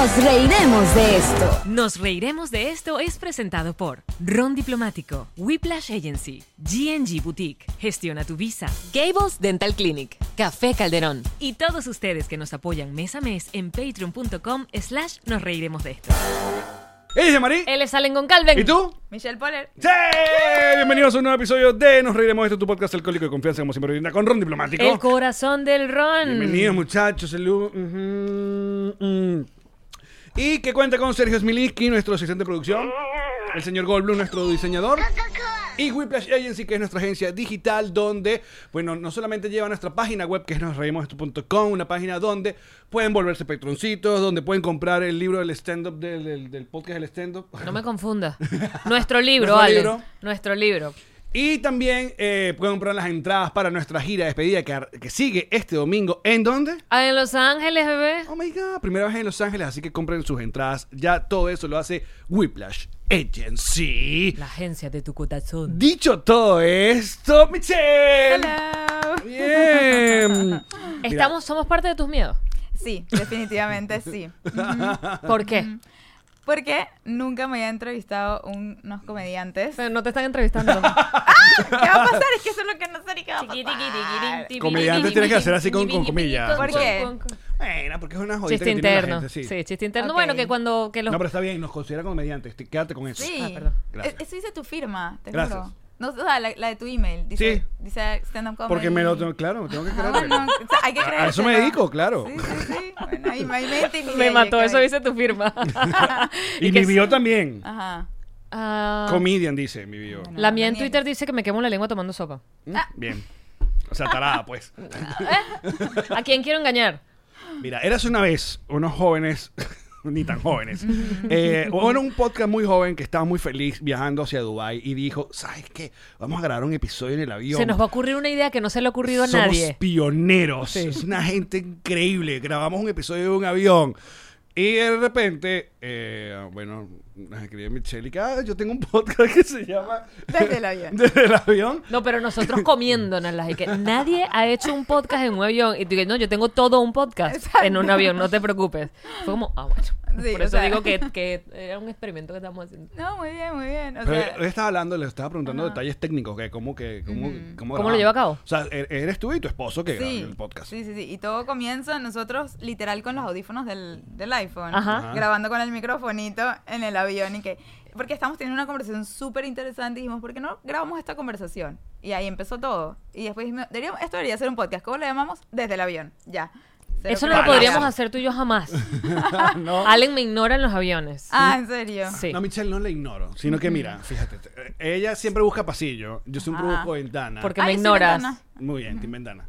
Nos reiremos de esto. Nos reiremos de esto es presentado por Ron Diplomático, Whiplash Agency, G&G Boutique, Gestiona tu Visa, Gables Dental Clinic, Café Calderón y todos ustedes que nos apoyan mes a mes en patreon.com/nos reiremos de esto. ¡Hey, Jean-Marie! Él es Allen Goncalves. ¿Y tú? Michelle Poller. ¡Sí! Bienvenidos a un nuevo episodio de Nos Reiremos de esto, tu podcast alcohólico de confianza, como siempre, brinda con Ron Diplomático. El corazón del Ron. Bienvenidos, muchachos. Salud. Y que cuenta con Sergio Smilinski, nuestro asistente de producción, el señor Goldblum, nuestro diseñador, y Whiplash Agency, que es nuestra agencia digital, donde, bueno, no solamente lleva nuestra página web, que es nosreiremosdeesto.com, una página donde pueden volverse patroncitos, donde pueden comprar el libro del stand-up, del podcast del stand-up. No me confunda. Nuestro libro, Nuestro Ale. libro. Nuestro libro. Y también pueden comprar las entradas para nuestra gira de despedida que sigue este domingo. ¿En dónde? En Los Ángeles, bebé. Oh my God, primera vez en Los Ángeles, así que compren sus entradas. Ya todo eso lo hace Whiplash Agency. La agencia de tu corazón. Dicho todo esto, Michelle. Hello. Bien. Somos parte de tus miedos. Sí, definitivamente sí. ¿Por qué? Porque nunca me había entrevistado unos comediantes. Pero no te están entrevistando. ¿Qué va a pasar? Es que eso es lo que no sé ni qué va a pasar. Comediante tienes que hacer así con comillas. ¿Por qué? Bueno, porque es una jodita Chiste que tiene la interno. gente, Sí, chiste interno. Ok. Bueno, que cuando que los... No, pero está bien, nos considera comediantes. Quédate con eso. Sí. perdón. Gracias. Eso dice tu firma, te Gracias. juro. No, o sea, la de tu email. Dice, Sí. dice stand-up comedy. Porque me lo tengo que creer. Bueno, o sea, hay que creer. A eso me dedico, claro. Sí. Bueno, ahí me intimidé. Me mató, yo eso creo. dice tu firma. Y mi bio también. Ajá. Ah, Comedian dice mi bio. la mía en Daniel. Twitter dice que me quemo la lengua tomando sopa. Bien. O sea, tarada, pues. ¿A quién quiero engañar? Mira, eras una vez unos jóvenes, ni tan jóvenes, bueno, un podcast muy joven que estaba muy feliz viajando hacia Dubái y dijo, ¿sabes qué? Vamos a grabar un episodio en el avión. Se nos va a ocurrir una idea que no se le ha ocurrido a Somos nadie. pioneros. Sí. Es una gente increíble. Grabamos un episodio de un avión. Y de repente, bueno, nos escribe Michelle y que yo tengo un podcast que se llama Desde el avión. Desde el avión. No, pero nosotros comiéndonoslas y que nadie ha hecho un podcast en un avión. Y tú dices, no, yo tengo todo un podcast Exacto. en un avión, no te preocupes. Fue como, bueno. Sí, Por o eso sea. digo que era un experimento que estamos haciendo. No, muy bien, muy bien. O Pero sea, le estaba hablando, le estaba preguntando Ajá. detalles técnicos, cómo ¿Cómo lo lleva a cabo? O sea, eres tú y tu esposo que graban sí, el podcast. sí. Y todo comienza nosotros literal con los audífonos del iPhone. Ajá. Grabando con el microfonito en el avión y que... Porque estamos teniendo una conversación súper interesante y dijimos, ¿por qué no grabamos esta conversación? Y ahí empezó todo. Y después dijimos, esto debería ser un podcast. ¿Cómo le llamamos? Desde el avión. Ya. Cero Eso no lo palabras. podríamos hacer tú y yo jamás. No. Allen me ignora en los aviones. Ah, ¿en serio? Sí. No, Michelle no la ignoro, sino que mira, fíjate, ella siempre busca pasillo, yo siempre Ajá. busco ventana. Porque Ay, me sí, ignoras. ventana. Muy bien, Team Ventana.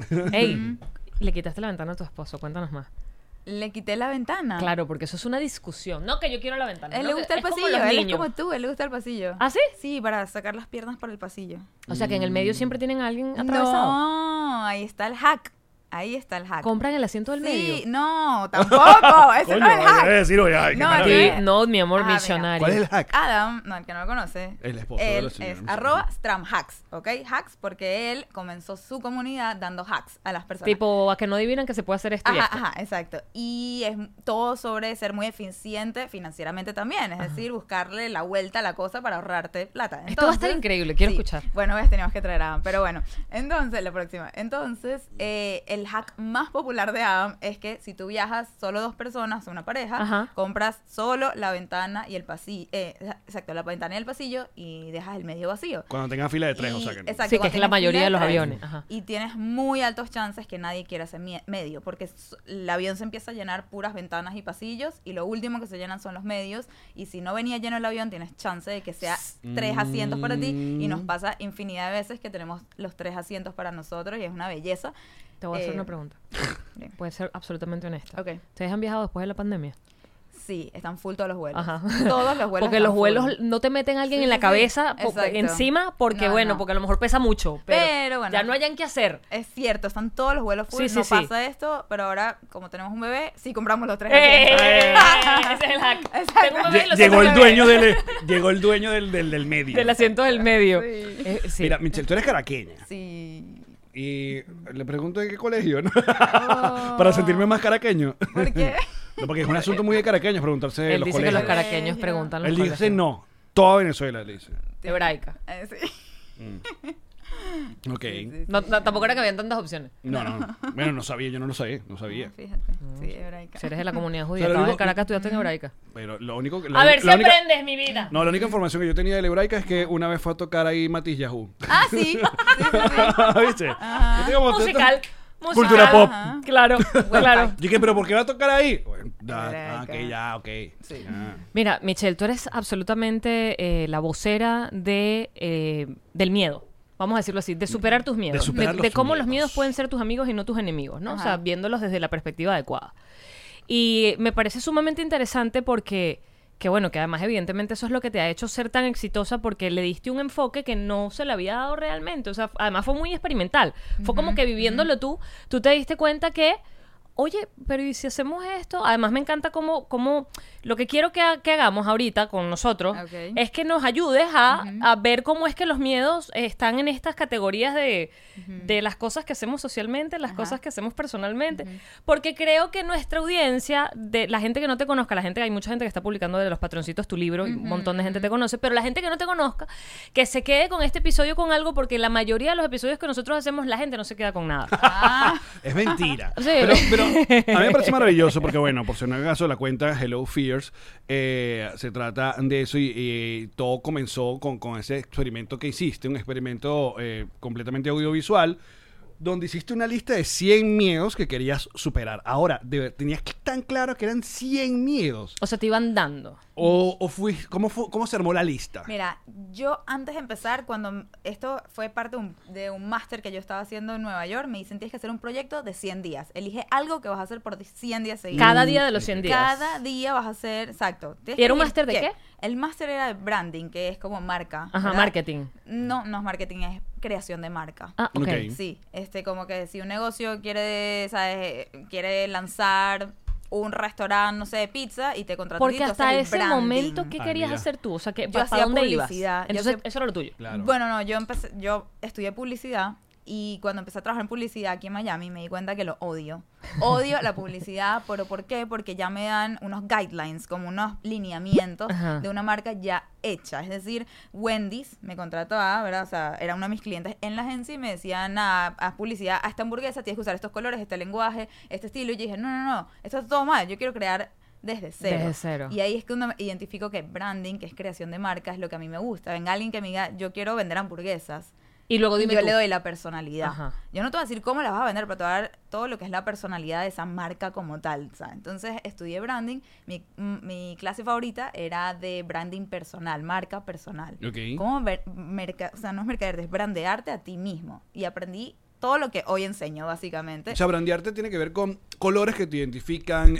Ey, le quitaste la ventana a tu esposo. Cuéntanos más. Le quité la ventana. Claro, porque eso es una discusión. No, que yo quiero la ventana. A él no, le que gusta el es como pasillo, los él es niños. como tú, él le gusta el pasillo. ¿Ah, sí? Sí, para sacar las piernas por el pasillo. O sea, que en el medio siempre tienen a alguien atravesado. No, ahí está el hack. Ahí está el hack. Compran el asiento del Sí, medio. no, tampoco. Ese Coño, no es el hack. voy a decir, oye, ay, qué No, maravilla. Sí, no, mi amor, Ajá, visionario. ¿Cuál es el hack? Adam, no, el que no lo conoce. El esposo de él la señora, es no sé. @stramhacks, ¿ok? Hacks porque él comenzó su comunidad dando hacks a las personas. Tipo, a que no adivinan que se puede hacer esto y esto. Ajá, exacto. Y es todo sobre ser muy eficiente financieramente también. Es decir, buscarle la vuelta a la cosa para ahorrarte plata. Esto va a estar Entonces, increíble, quiero escuchar. Bueno, tenemos que traer a Adam. Pero bueno, entonces, la próxima. Entonces, el hack más popular de Adam es que si tú viajas solo dos personas, una pareja, Ajá. compras solo la ventana y el pasillo. Exacto, la ventana y el pasillo y dejas el medio vacío. Cuando tengan fila de tres, Y- o sea que no. exacto, Sí, que cuando es la tienes mayoría fila de los tres, aviones. Ajá. Y tienes muy altos chances que nadie quiera ese medio, porque el avión se empieza a llenar puras ventanas y pasillos, y lo último que se llenan son los medios, y si no venía lleno el avión, tienes chance de que sea 3 asientos para ti, y nos pasa infinidad de veces que tenemos los 3 asientos para nosotros, y es una belleza. Te voy a hacer Eh, una pregunta. bien. Puede ser absolutamente honesta. Ok. ¿Ustedes han viajado después de la pandemia? Sí, están full todos los vuelos. Ajá. Todos los vuelos Porque están los vuelos full. no te meten a alguien Sí, en la sí, cabeza sí. Exacto. encima porque, No, bueno, no. porque a lo mejor pesa mucho. Pero Bueno. ya no hayan que hacer. Es cierto, están todos los vuelos full, Sí, sí, no sí. pasa esto, pero ahora, como tenemos un bebé, sí compramos los 3 ¡Eh! asientos. Ese es el hack. Exacto. Tengo un bebé y los Llegó otros el bebés. llegó el dueño del medio. Del asiento del medio. Sí. Sí. Mira, Michelle, tú eres caraqueña. Sí. Y le pregunto de qué colegio, ¿no? Para sentirme más caraqueño. ¿Por qué? No, porque es un asunto muy de caraqueños preguntarse Él los dice que colegios. los caraqueños preguntan los Él dice colegios. no. Toda Venezuela le dice. Hebraica. Ok. Sí, sí, No, sí. tampoco era que habían tantas opciones. No. Bueno, no sabía, yo no lo sabía, no sabía. Fíjate. Sí, hebraica. Si eres de la comunidad judía, Pero estabas digo- en Caracas, estudiaste en hebraica. Pero lo único que... A ver si la única- aprendes, mi vida. No, la única información que yo tenía de la hebraica es que una vez fue a tocar ahí Matiz Yahoo. Ah, sí. Sí, sí, sí. ¿Viste? Yo tengo como Musical. Cultura pop. Ajá. Claro, claro. Dije, pero ¿por qué va a tocar ahí? Bueno, Hebraica. ok, ya, ok. Sí. Ah. Mira, Michelle, tú eres absolutamente la vocera del miedo. Vamos a decirlo así, de superar tus miedos. De superar los cómo los miedos. miedos pueden ser tus amigos y no tus enemigos, ¿no? O Ajá. sea, viéndolos desde la perspectiva adecuada. Y me parece sumamente interesante porque, que bueno, que además evidentemente eso es lo que te ha hecho ser tan exitosa porque le diste un enfoque que no se le había dado realmente. O sea, además fue muy experimental. Fue como que viviéndolo tú te diste cuenta que, oye, pero ¿y si hacemos esto? Además me encanta cómo lo que quiero que hagamos ahorita con nosotros Ok. es que nos ayudes a ver cómo es que los miedos están en estas categorías de las cosas que hacemos socialmente, las Ajá. cosas que hacemos personalmente, porque creo que nuestra audiencia, de la gente que no te conozca, hay mucha gente que está publicando de Los Patroncitos tu libro y un montón de gente te conoce, pero la gente que no te conozca, que se quede con este episodio con algo, porque la mayoría de los episodios que nosotros hacemos, la gente no se queda con nada. Ah, Es mentira. Sí. Pero a mí me parece maravilloso porque, bueno, por si no acaso, la cuenta Hello Fears se trata de eso y todo comenzó con ese experimento que hiciste, un experimento completamente audiovisual, donde hiciste una lista de 100 miedos que querías superar. Ahora, ¿tenías tan claro que eran 100 miedos? O sea, te iban dando. ¿Cómo se armó la lista? mira, yo antes de empezar, cuando esto fue parte de un máster que yo estaba haciendo en Nueva York, me dicen, tienes que hacer un proyecto de 100 días. Elige algo que vas a hacer por 100 días seguidos. Cada día de los 100 días. Cada día vas a hacer, exacto. Tienes ¿Y era que un elegir máster de qué? El máster era de branding, que es como marca. Ajá, ¿verdad? marketing. No, no es marketing, es creación de marca. Ah, ok. Ok. Sí, como que si un negocio quiere lanzar un restaurante, no sé, de pizza y te contrata. Porque hasta ese momento, ¿qué Ah, querías mira. hacer tú? O sea, Yo ¿para hacía dónde publicidad, ibas? yo Entonces, hacía- eso era lo tuyo. Claro. Bueno, no, yo estudié publicidad y cuando empecé a trabajar en publicidad aquí en Miami me di cuenta que lo odio. Odio la publicidad, pero ¿por qué? Porque ya me dan unos guidelines, como unos lineamientos Ajá. de una marca ya hecha. Es decir, Wendy's me contrató ¿verdad? O sea, era uno de mis clientes en la agencia y me decían, haz publicidad a esta hamburguesa, tienes que usar estos colores, este lenguaje, este estilo. Y yo dije, no, esto es todo mal, yo quiero crear desde cero. Desde cero. Y ahí es que uno identifico que branding, que es creación de marca, es lo que a mí me gusta. Venga alguien que me diga, yo quiero vender hamburguesas. Y luego Y dime yo tú. le doy la personalidad. Ajá. Yo no te voy a decir cómo la vas a vender, pero te voy a dar todo lo que es la personalidad de esa marca como tal. ¿sabes? Entonces estudié branding. Mi clase favorita era de branding personal, marca personal. Ok. ¿Cómo no es mercader, es brandearte a ti mismo. Y aprendí todo lo que hoy enseño, básicamente. O sea, brandearte tiene que ver con colores que te identifican,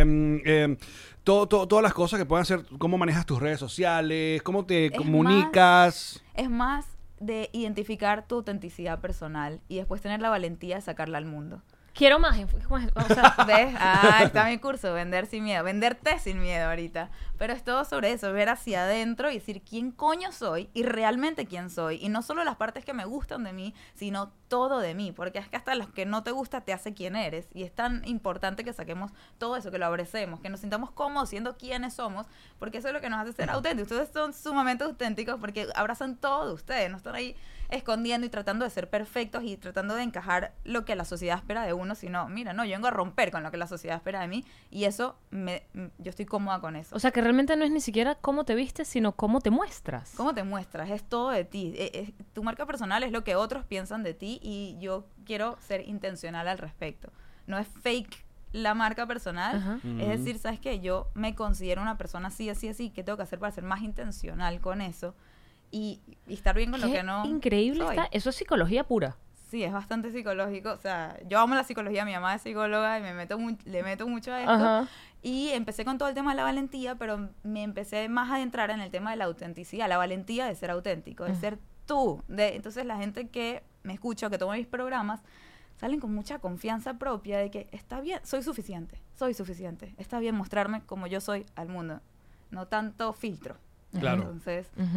todas las cosas que puedan ser, cómo manejas tus redes sociales, cómo te comunicas. Es más de identificar tu autenticidad personal y después tener la valentía de sacarla al mundo. Quiero más. O sea, ¿Ves? Está mi curso, vender sin miedo, venderte sin miedo ahorita. Pero es todo sobre eso, ver hacia adentro y decir quién coño soy y realmente quién soy. Y no solo las partes que me gustan de mí, sino todo de mí. Porque es que hasta los que no te gusta te hace quién eres. Y es tan importante que saquemos todo eso, que lo abracemos, que nos sintamos cómodos siendo quienes somos, porque eso es lo que nos hace ser auténticos. Ustedes son sumamente auténticos porque abrazan todo de ustedes, no están ahí escondiendo y tratando de ser perfectos y tratando de encajar lo que la sociedad espera de uno, sino, mira, no, yo vengo a romper con lo que la sociedad espera de mí y eso, yo estoy cómoda con eso. o sea, que realmente no es ni siquiera cómo te vistes, sino cómo te muestras. ¿Cómo te muestras? Es todo de ti. Tu marca personal es lo que otros piensan de ti y yo quiero ser intencional al respecto. No es fake la marca personal. Ajá. Es decir, ¿sabes qué? Yo me considero una persona así, así, así. ¿Qué tengo que hacer para ser más intencional con eso? Y estar bien con lo Qué que no increíble soy. está. Eso es psicología pura. Sí, es bastante psicológico. O sea, yo amo la psicología. Mi mamá es psicóloga y le meto mucho a esto. Ajá. Y empecé con todo el tema de la valentía, pero me empecé más a adentrar en el tema de la autenticidad, la valentía de ser auténtico, de ser tú. Entonces la gente que me escucha o que toma mis programas salen con mucha confianza propia de que está bien, soy suficiente, está bien mostrarme como yo soy al mundo, no tanto filtro. Claro. Entonces, Ujú.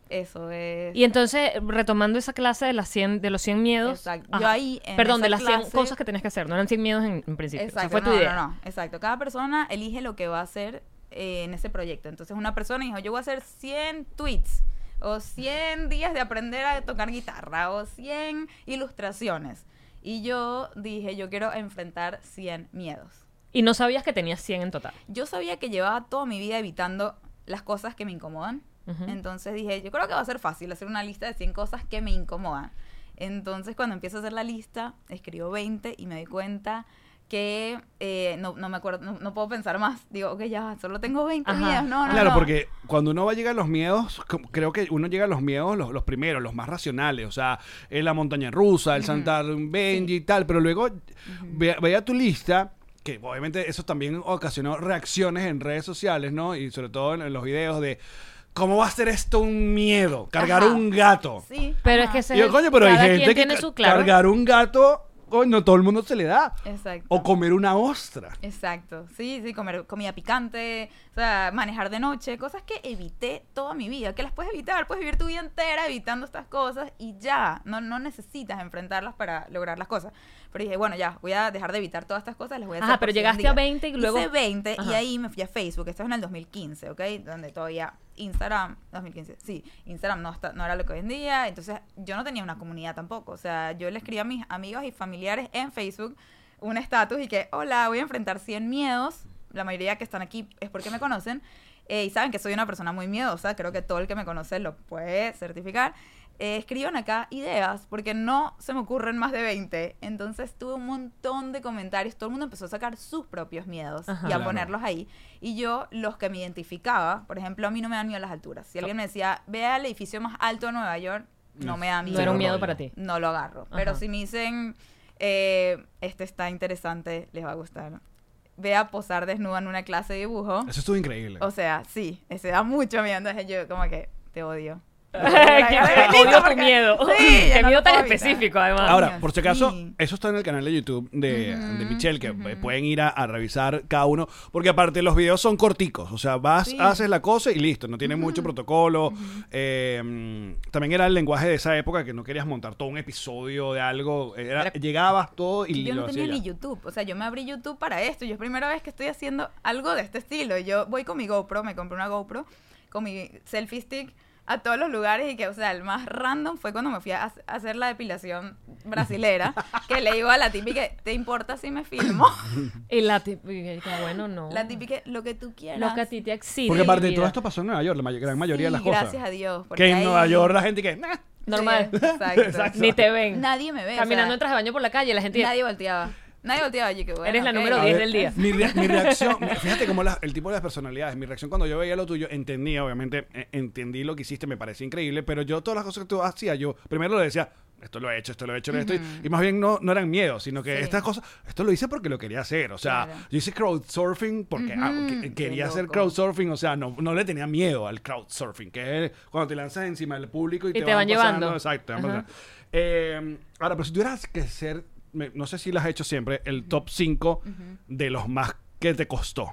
Eso es... Y entonces, retomando esa clase de los 100 miedos. Exacto. Ajá. Yo ahí, en Perdón, esa de las 100 clase- cosas que tenías que hacer. No eran 100 miedos en principio. Exacto, O sea, fue tu no, idea. no, exacto. Cada persona elige lo que va a hacer en ese proyecto. Entonces una persona dijo, yo voy a hacer 100 tweets, o 100 días de aprender a tocar guitarra, o 100 ilustraciones. Y yo dije, yo quiero enfrentar 100 miedos. Y no sabías que tenías 100 en total. Yo sabía que llevaba toda mi vida evitando las cosas que me incomodan. Ujú. Entonces dije, yo creo que va a ser fácil hacer una lista de 100 cosas que me incomodan. Entonces cuando empiezo a hacer la lista, escribo 20 y me doy cuenta que no me acuerdo, no puedo pensar más. Digo, ok, ya, solo tengo 20 Ajá. miedos. No, Claro, no. porque cuando uno va a llegar a los miedos, creo que uno llega a los miedos los primeros, los más racionales, o sea, la montaña rusa, el saltar un Benji y tal, pero luego veía tu lista, que obviamente eso también ocasionó reacciones en redes sociales, ¿no? Y sobre todo en los videos de ¿cómo va a ser esto un miedo? Cargar Ajá. un gato. Sí, Pero es ajá. que ese Y yo, es el- coño, pero hay cada gente quien que tiene su claro. cargar un gato, coño, todo el mundo se le da. Exacto. O comer una ostra. Exacto, sí, comer comida picante, o sea, manejar de noche, cosas que evité toda mi vida, que las puedes evitar, puedes vivir tu vida entera evitando estas cosas y ya, no necesitas enfrentarlas para lograr las cosas. Pero dije, bueno, ya, voy a dejar de evitar todas estas cosas, las voy a hacer Ajá, por pero 100 llegaste días. a 20 y luego... Hice 20 y Ajá. ahí me fui a Facebook, esto es en el 2015, ¿ok? Donde todavía Instagram, 2015, sí, Instagram no era lo que hoy en día, entonces yo no tenía una comunidad tampoco, o sea, yo le escribí a mis amigos y familiares en Facebook un estatus y que, hola, voy a enfrentar 100 miedos, la mayoría que están aquí es porque me conocen, y saben que soy una persona muy miedosa, creo que todo el que me conoce lo puede certificar. Escriban acá ideas, porque no se me ocurren más de 20. Entonces tuve un montón de comentarios, todo el mundo empezó a sacar sus propios miedos Ajá. y a Claro. ponerlos ahí. Y yo, los que me identificaba, por ejemplo, a mí no me dan miedo las alturas. Si alguien me decía, ve al edificio más alto de Nueva York, no me da miedo. No era un miedo rollo. para ti. No lo agarro. Pero Ajá. si me dicen, este está interesante, les va a gustar. Ve a posar desnuda en una clase de dibujo. Eso estuvo increíble. O sea, sí, ese da mucho miedo. Entonces yo como que te odio. Que odio tu miedo. Sí, Qué no miedo lo tan puedo evitar. específico, además. Ahora, Dios, por si acaso, sí. eso está en el canal de YouTube de Michelle, que ujú. pueden ir a revisar cada uno, porque aparte los videos son corticos, o sea, vas, Sí. haces la cosa y listo, no tiene mucho protocolo. También era el lenguaje de esa época que no querías montar todo un episodio de algo, llegabas todo y Yo lo no hacías tenía ya. ni YouTube, o sea, yo me abrí YouTube para esto, yo es primera vez que estoy haciendo algo de este estilo. Yo voy con mi GoPro, me compré una GoPro, con mi selfie stick a todos los lugares y que, o sea, el más random fue cuando me fui a hacer la depilación brasilera, que le digo a la típica, ¿te importa si me filmo? Y la típica, bueno, no. La típica, lo que tú quieras. Lo que a ti te exige. Porque aparte de vida. todo esto pasó en Nueva York, la gran mayoría de las Sí, cosas. gracias a Dios. porque Que en ahí- Nueva York la gente que... "Nah". Normal. Sí, exacto. Exacto. Ni te ven. Nadie me ve. Caminando o en traje de baño por la calle, la gente... sea, nadie volteaba. Nadie volteaba. Yo que bueno, Eres la ok. número A 10 ver, del día. Mi reacción, fíjate cómo el tipo de las personalidades, mi reacción cuando yo veía lo tuyo, entendía, obviamente, entendí lo que hiciste, me parecía increíble, pero yo todas las cosas que tú hacías, yo primero le decía, esto lo he hecho, y más bien no eran miedos, sino que Sí. estas cosas, esto lo hice porque lo quería hacer, o sea, Claro. yo hice crowdsurfing porque Qué quería hacer loco. crowdsurfing, o sea, no le tenía miedo al crowdsurfing, que es cuando te lanzas encima del público y te te van llevando. Exacto, te van Ajá. pasando. Ahora, pero si tuvieras que ser, no sé si lo has hecho siempre, el top 5 de los más que te costó.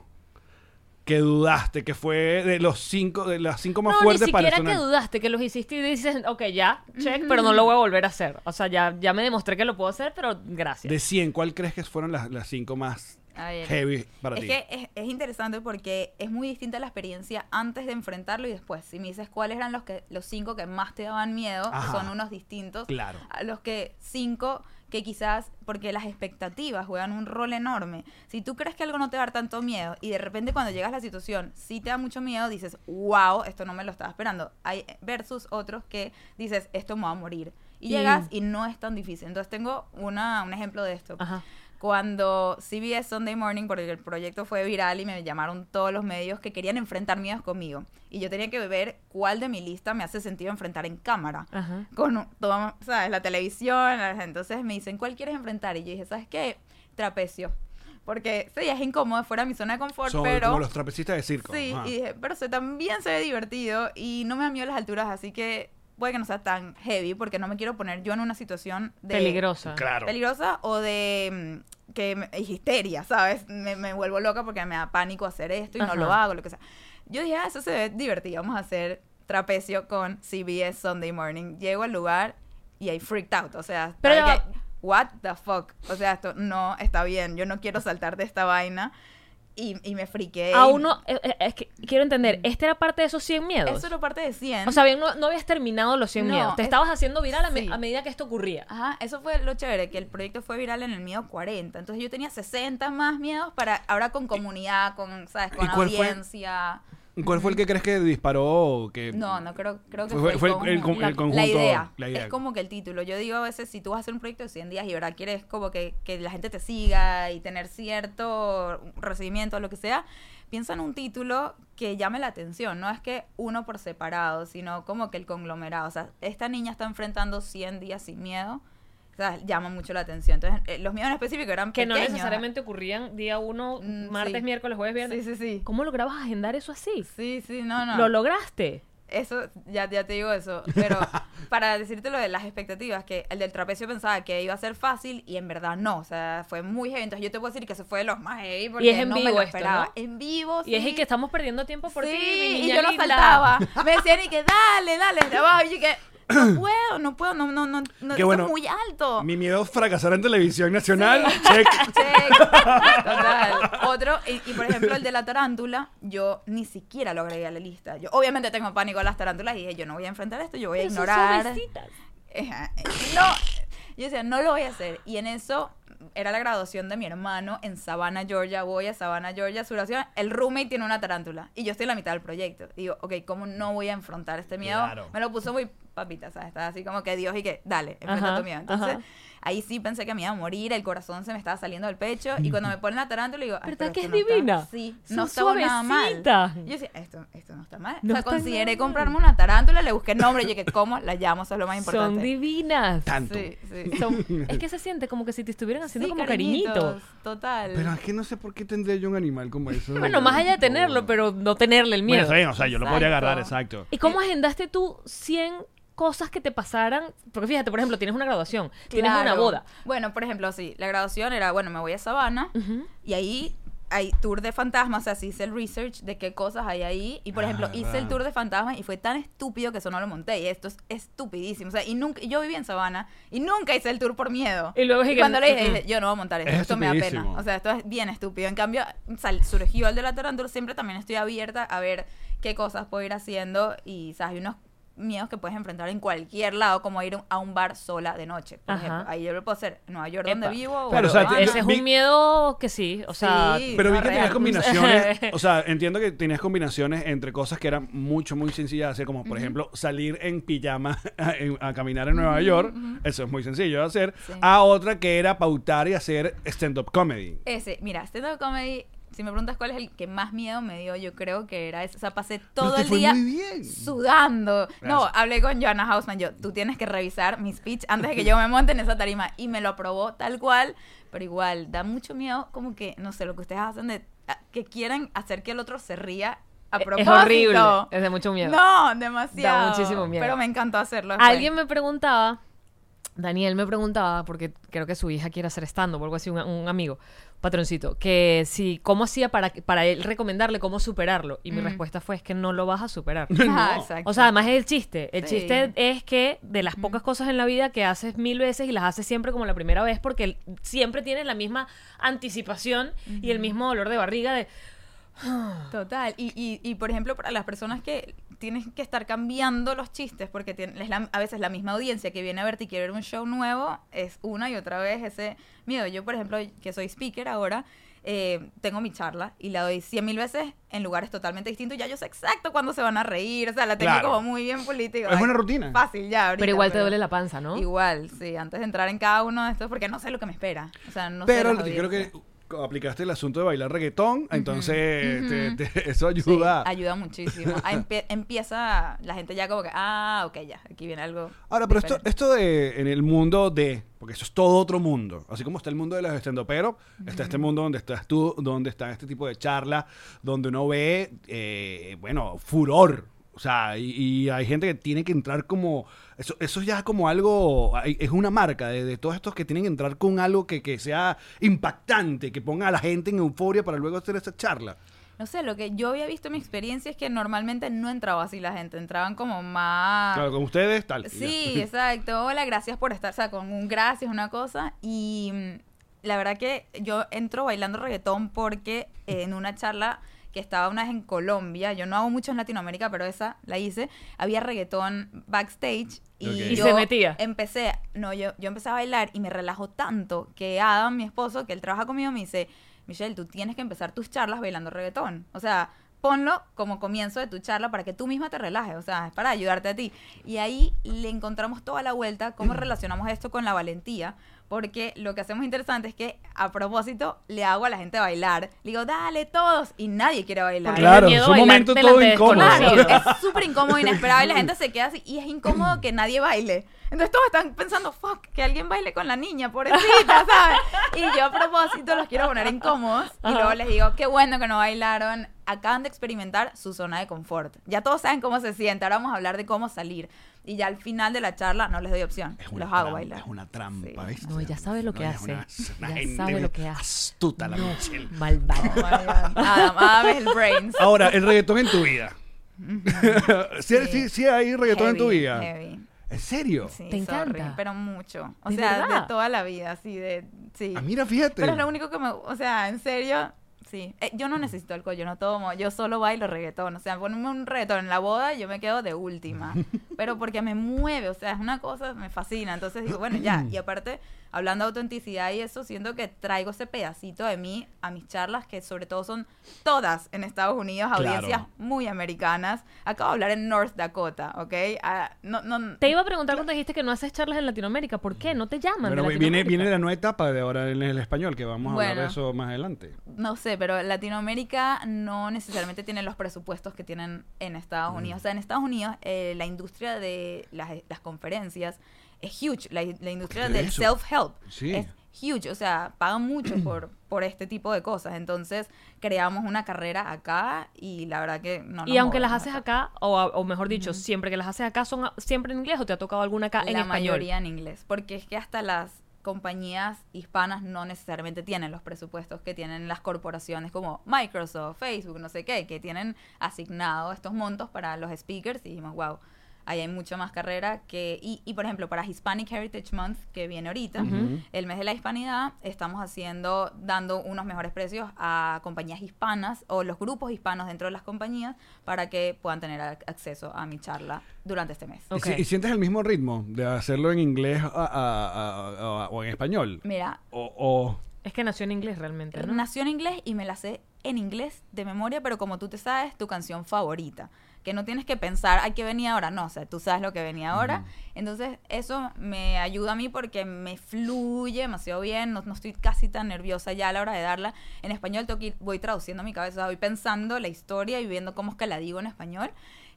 Que dudaste, que fue de las 5 más No, ni fuertes para siquiera que dudaste, que los hiciste y dices, ok, ya, check, pero no lo voy a volver a hacer. O sea, ya me demostré que lo puedo hacer, pero gracias. De 100, ¿cuál crees que fueron las 5 más A ver, heavy para es ti? que es interesante porque es muy distinta la experiencia antes de enfrentarlo y después. Si me dices cuáles eran los 5 que más te daban miedo, Ajá. son unos distintos Claro. a los que 5 que quizás, porque las expectativas juegan un rol enorme. Si tú crees que algo no te va a dar tanto miedo y de repente cuando llegas a la situación sí te da mucho miedo, dices, wow, esto no me lo estaba esperando. Hay versus otros que dices, esto me va a morir. Y llegas y no es tan difícil. Entonces tengo un ejemplo de esto. Ajá. Cuando CBS Sunday Morning, porque el proyecto fue viral y me llamaron todos los medios que querían enfrentar miedos conmigo. Y yo tenía que ver cuál de mi lista me hace sentido enfrentar en cámara. Ajá. Con todo, ¿sabes? La televisión. Entonces me dicen, ¿cuál quieres enfrentar? Y yo dije, ¿sabes qué? Trapecio. Porque sí, es incómodo, fuera de mi zona de confort, Son pero... como los trapecistas de circo. Sí, Ajá. y dije, pero también se ve divertido y no me da miedo las alturas, así que puede que no sea tan heavy porque no me quiero poner yo en una situación de... Peligrosa. Claro. Peligrosa o de histeria, ¿sabes? Me vuelvo loca porque me da pánico hacer esto y Ajá. no lo hago, lo que sea. Yo dije, eso se ve divertido, vamos a hacer trapecio con CBS Sunday Morning. Llego al lugar y hay freaked out, o sea, Pero estaba ya que, what the fuck, o sea, esto no está bien, yo no quiero saltar de esta vaina y me friqué. a uno, es que quiero entender, ¿esta era parte de esos 100 miedos? Eso era parte de 100. O sea, bien, no habías terminado los 100 No, miedos. Te es- estabas haciendo viral sí. a medida que esto ocurría. Ajá, eso fue lo chévere, que el proyecto fue viral en el miedo 40. Entonces yo tenía 60 más miedos para ahora con comunidad, con, ¿sabes? Con ¿Y cuál fue? audiencia. ¿Cuál fue el que crees que disparó? No, creo que Fue- fue, fue el conjunto, la idea. la idea. Es como que el título. Yo digo a veces, si tú vas a hacer un proyecto de 100 días y ahora quieres como que la gente te siga y tener cierto recibimiento o lo que sea, piensa en un título que llame la atención. No es que uno por separado, sino como que el conglomerado. O sea, esta niña está enfrentando 100 días sin miedo. O sea, llama mucho la atención. Entonces, los miedos en específico eran Que no pequeños. necesariamente ocurrían día 1, martes, sí. miércoles, jueves, viernes. Sí, sí, sí. ¿Cómo lograbas agendar eso así? Sí, no. ¿Lo lograste? Eso, ya te digo eso. Pero para decirte lo de las expectativas, que el del trapecio pensaba que iba a ser fácil y en verdad no. O sea, fue muy heavy. Entonces yo te puedo decir que eso fue de los más heavy porque Y es en no me vivo lo esto, esperaba. ¿no? En vivo, Y es sí. el que estamos perdiendo tiempo por Sí, ti, mi y niña yo no linda. saltaba. Me decían y que dale, de abajo. Y yo que no puedo, no, Qué eso bueno. es muy alto. Mi miedo es fracasar en televisión nacional. Check. Check. Total. Otro, y por ejemplo, el de la tarántula, yo ni siquiera lo agregué a la lista. Yo obviamente tengo pánico a las tarántulas y dije, yo no voy a enfrentar esto, yo voy a Pero son ignorar. suavecitas. No, yo decía, no lo voy a hacer. Y en eso era la graduación de mi hermano en Savannah, Georgia. Voy a Savannah, Georgia, su graduación. El roommate tiene una tarántula y yo estoy en la mitad del proyecto. Digo, ok, ¿cómo no voy a enfrentar este miedo? Claro. Me lo puso muy papita, ¿sabes? Estaba así como que Dios y que, dale, enfrenta Ajá, tu miedo. Entonces, ajá. ahí sí pensé que me iba a morir, el corazón se me estaba saliendo del pecho. Y cuando me ponen la tarántula, digo, ay, ¿Verdad pero que esto es no está- divina? Sí, Son no estaba nada mal. suavecitas. Yo decía, esto no está mal. No o sea, está consideré nada mal. comprarme una tarántula, le busqué el nombre y dije, ¿cómo? La llamo, eso es lo más importante. Son divinas. Tanto. Sí, sí. Es que se siente como que si te estuvieran haciendo Sí, como cariñitos, cariñito. Total. Pero es que no sé por qué tendría yo un animal como eso. Bueno, más allá de tenerlo, pero no tenerle el Bueno, miedo. está bien, o sea, yo lo podría Exacto. agarrar, exacto. ¿Y cómo agendaste tú 100 cosas que te pasaran? Porque fíjate, por ejemplo, tienes una graduación, tienes una Claro. boda. Bueno, por ejemplo, sí, la graduación era, bueno, me voy a Savannah y ahí hay tour de fantasmas, o sea, sí hice el research de qué cosas hay ahí. Y, por ejemplo, hice el tour de fantasmas y fue tan estúpido que eso no lo monté. Y esto es estupidísimo. O sea, y nunca, yo viví en Savannah y nunca hice el tour por miedo. Y luego dije que- cuando le dije, yo no voy a montar esto, Es esto me da pena. estupidísimo. O sea, esto es bien estúpido. En cambio, surgió el de la tarántula, siempre también estoy abierta a ver qué cosas puedo ir haciendo. Y, ¿sabes? Hay unos miedos que puedes enfrentar en cualquier lado, como ir a un bar sola de noche, por Ajá. ejemplo. Ahí yo lo puedo hacer en Nueva York, donde Epa. vivo. Claro, o o sea, en Savannah. Ese es vi- un miedo que sí, o sea... Sí. Pero vi no, que tenías real. combinaciones, o sea, entiendo que tenías combinaciones entre cosas que eran mucho, muy sencillas de hacer, como por ejemplo salir en pijama a caminar en Nueva York, eso es muy sencillo de hacer, Sí. a otra que era pautar y hacer stand-up comedy. Ese, mira, stand-up comedy, si me preguntas cuál es el que más miedo me dio, yo creo que era ese. O sea, pasé todo te el fue día muy bien. sudando. No, Gracias. hablé con Joanna Hausman. Tú tienes que revisar mi speech antes de que yo me monte en esa tarima. Y me lo aprobó tal cual, pero igual, da mucho miedo como que, no sé, lo que ustedes hacen de que quieren hacer que el otro se ría a Es propósito. horrible, es de mucho miedo. No, demasiado. Da muchísimo miedo. Pero me encantó hacerlo. después. Alguien me preguntaba, Daniel me preguntaba, porque creo que su hija quiere hacer stand-up o algo así, un amigo, patroncito, que si, ¿cómo hacía para él recomendarle cómo superarlo? Y mi respuesta fue, es que no lo vas a superar. Ah, exacto. O sea, además es el chiste. El Sí. chiste es que de las pocas cosas en la vida que haces 1000 veces y las haces siempre como la primera vez, porque siempre tienes la misma anticipación y el mismo dolor de barriga de... Total. Y por ejemplo, para las personas que tienes que estar cambiando los chistes, porque a veces la misma audiencia que viene a verte y quiere ver un show nuevo, es una y otra vez ese miedo. Yo, por ejemplo, que soy speaker ahora, tengo mi charla y la doy 100,000 veces en lugares totalmente distintos. Ya yo sé exacto cuándo se van a reír. O sea, la tengo Claro. como muy bien política. Es una rutina. Fácil ya ahorita, Pero igual te duele la panza, ¿no? Igual, sí. Antes de entrar en cada uno de estos, porque no sé lo que me espera. O sea, no sé Pero las yo creo que audiencias. aplicaste el asunto de bailar reggaetón, entonces eso Sí, ayuda. ayuda muchísimo. Empieza la gente ya como que, ok, ya, aquí viene algo. Ahora, pero diferente. esto de en el mundo de, porque eso es todo otro mundo, así como está el mundo de los estendoperos, está este mundo donde estás tú, donde está este tipo de charlas, donde uno ve, bueno, furor. O sea, y hay gente que tiene que entrar como... Eso ya es como algo... Es una marca de todos estos que tienen que entrar con algo que sea impactante, que ponga a la gente en euforia para luego hacer esa charla. no sé, lo que yo había visto en mi experiencia es que normalmente no entraba así la gente, entraban como más... Claro, con ustedes, tal. Sí, ya. exacto. Hola, gracias por estar. O sea, con un gracias, una cosa. Y la verdad que yo entro bailando reggaetón porque en una charla que estaba una vez en Colombia, yo no hago mucho en Latinoamérica, pero esa la hice, había reggaetón backstage y Ok. Y yo se metía. yo empecé a bailar y me relajó tanto que Adam, mi esposo, que él trabaja conmigo, me dice, Michelle, tú tienes que empezar tus charlas bailando reggaetón. O sea, ponlo como comienzo de tu charla para que tú misma te relajes, o sea, es para ayudarte a ti. Y ahí le encontramos toda la vuelta, cómo relacionamos esto con la valentía, porque lo que hacemos interesante es que, a propósito, le hago a la gente bailar. Le digo, dale todos, y nadie quiere bailar. Porque Claro, da miedo es un bailar momento delante todo de incómodo. desconocidos. Claro, es súper incómodo, inesperado, y la gente se queda así, y es incómodo que nadie baile. Entonces todos están pensando, fuck, que alguien baile con la niña, pobrecita, ¿sabes? Y yo a propósito los quiero poner incómodos, y Ajá. luego les digo, qué bueno que no bailaron, acaban de experimentar su zona de confort. Ya todos saben cómo se siente, ahora vamos a hablar de cómo salir. Y ya al final de la charla no les doy opción, Es una los hago trampa, bailar. Es una trampa, Sí. ¿viste? No, ella sabe lo que es hace. una Ya gente sabe lo que hace. astuta la No, Michelle. malvada. Oh my God. Adam es el brains. Ahora, el reggaetón en tu vida. ¿Sí hay reggaetón en tu Heavy, vida? heavy. ¿En serio? Sí, ¿Te sorry, encanta? pero mucho. O ¿De sea, verdad? de toda la vida, así de... Sí. Ah, mira, fíjate. Pero es lo único que me... O sea, en serio, sí. Yo no necesito alcohol, yo no tomo. Yo solo bailo reggaetón. O sea, ponme un reggaetón en la boda y yo me quedo de última. Pero porque me mueve, o sea, es una cosa, me fascina. Entonces digo, bueno, ya. Y aparte, hablando de autenticidad y eso, siento que traigo ese pedacito de mí a mis charlas, que sobre todo son todas en Estados Unidos, Claro. audiencias muy americanas. Acabo de hablar en North Dakota, ¿ok? Te iba a preguntar cuando dijiste que no haces charlas en Latinoamérica. ¿Por qué? ¿No te llaman Bueno, de viene Latinoamérica? la nueva etapa de ahora en el español, que vamos a hablar de Bueno. eso más adelante. No sé, pero Latinoamérica no necesariamente tiene los presupuestos que tienen en Estados Unidos. O sea, en Estados Unidos la industria de las conferencias es huge. La industria del Eso. self-help Sí. es huge. O sea, pagan mucho por este tipo de cosas. Entonces, creamos una carrera acá y la verdad que no nos Y aunque las movemos haces acá, o mejor dicho, siempre que las haces acá, ¿son siempre en inglés o te ha tocado alguna acá en la español? mayoría en inglés, porque es que hasta las compañías hispanas no necesariamente tienen los presupuestos que tienen las corporaciones como Microsoft, Facebook, no sé qué, que tienen asignado estos montos para los speakers y dijimos, wow, ahí hay mucha más carrera que... Y por ejemplo, para Hispanic Heritage Month, que viene ahorita, el mes de la hispanidad, estamos dando unos mejores precios a compañías hispanas o los grupos hispanos dentro de las compañías para que puedan tener acceso a mi charla durante este mes. Ok. ¿Y sientes el mismo ritmo de hacerlo en inglés o en español? Mira, O Es que nació en inglés realmente, ¿no? nació en inglés y me la sé en inglés de memoria, pero como tú te sabes, tu canción favorita. Que no tienes que pensar, ay, ¿qué venía ahora? No, o sea, tú sabes lo que venía ahora. Entonces, eso me ayuda a mí porque me fluye demasiado bien. No estoy casi tan nerviosa ya a la hora de darla. En español voy traduciendo mi cabeza, voy pensando la historia y viendo cómo es que la digo en español.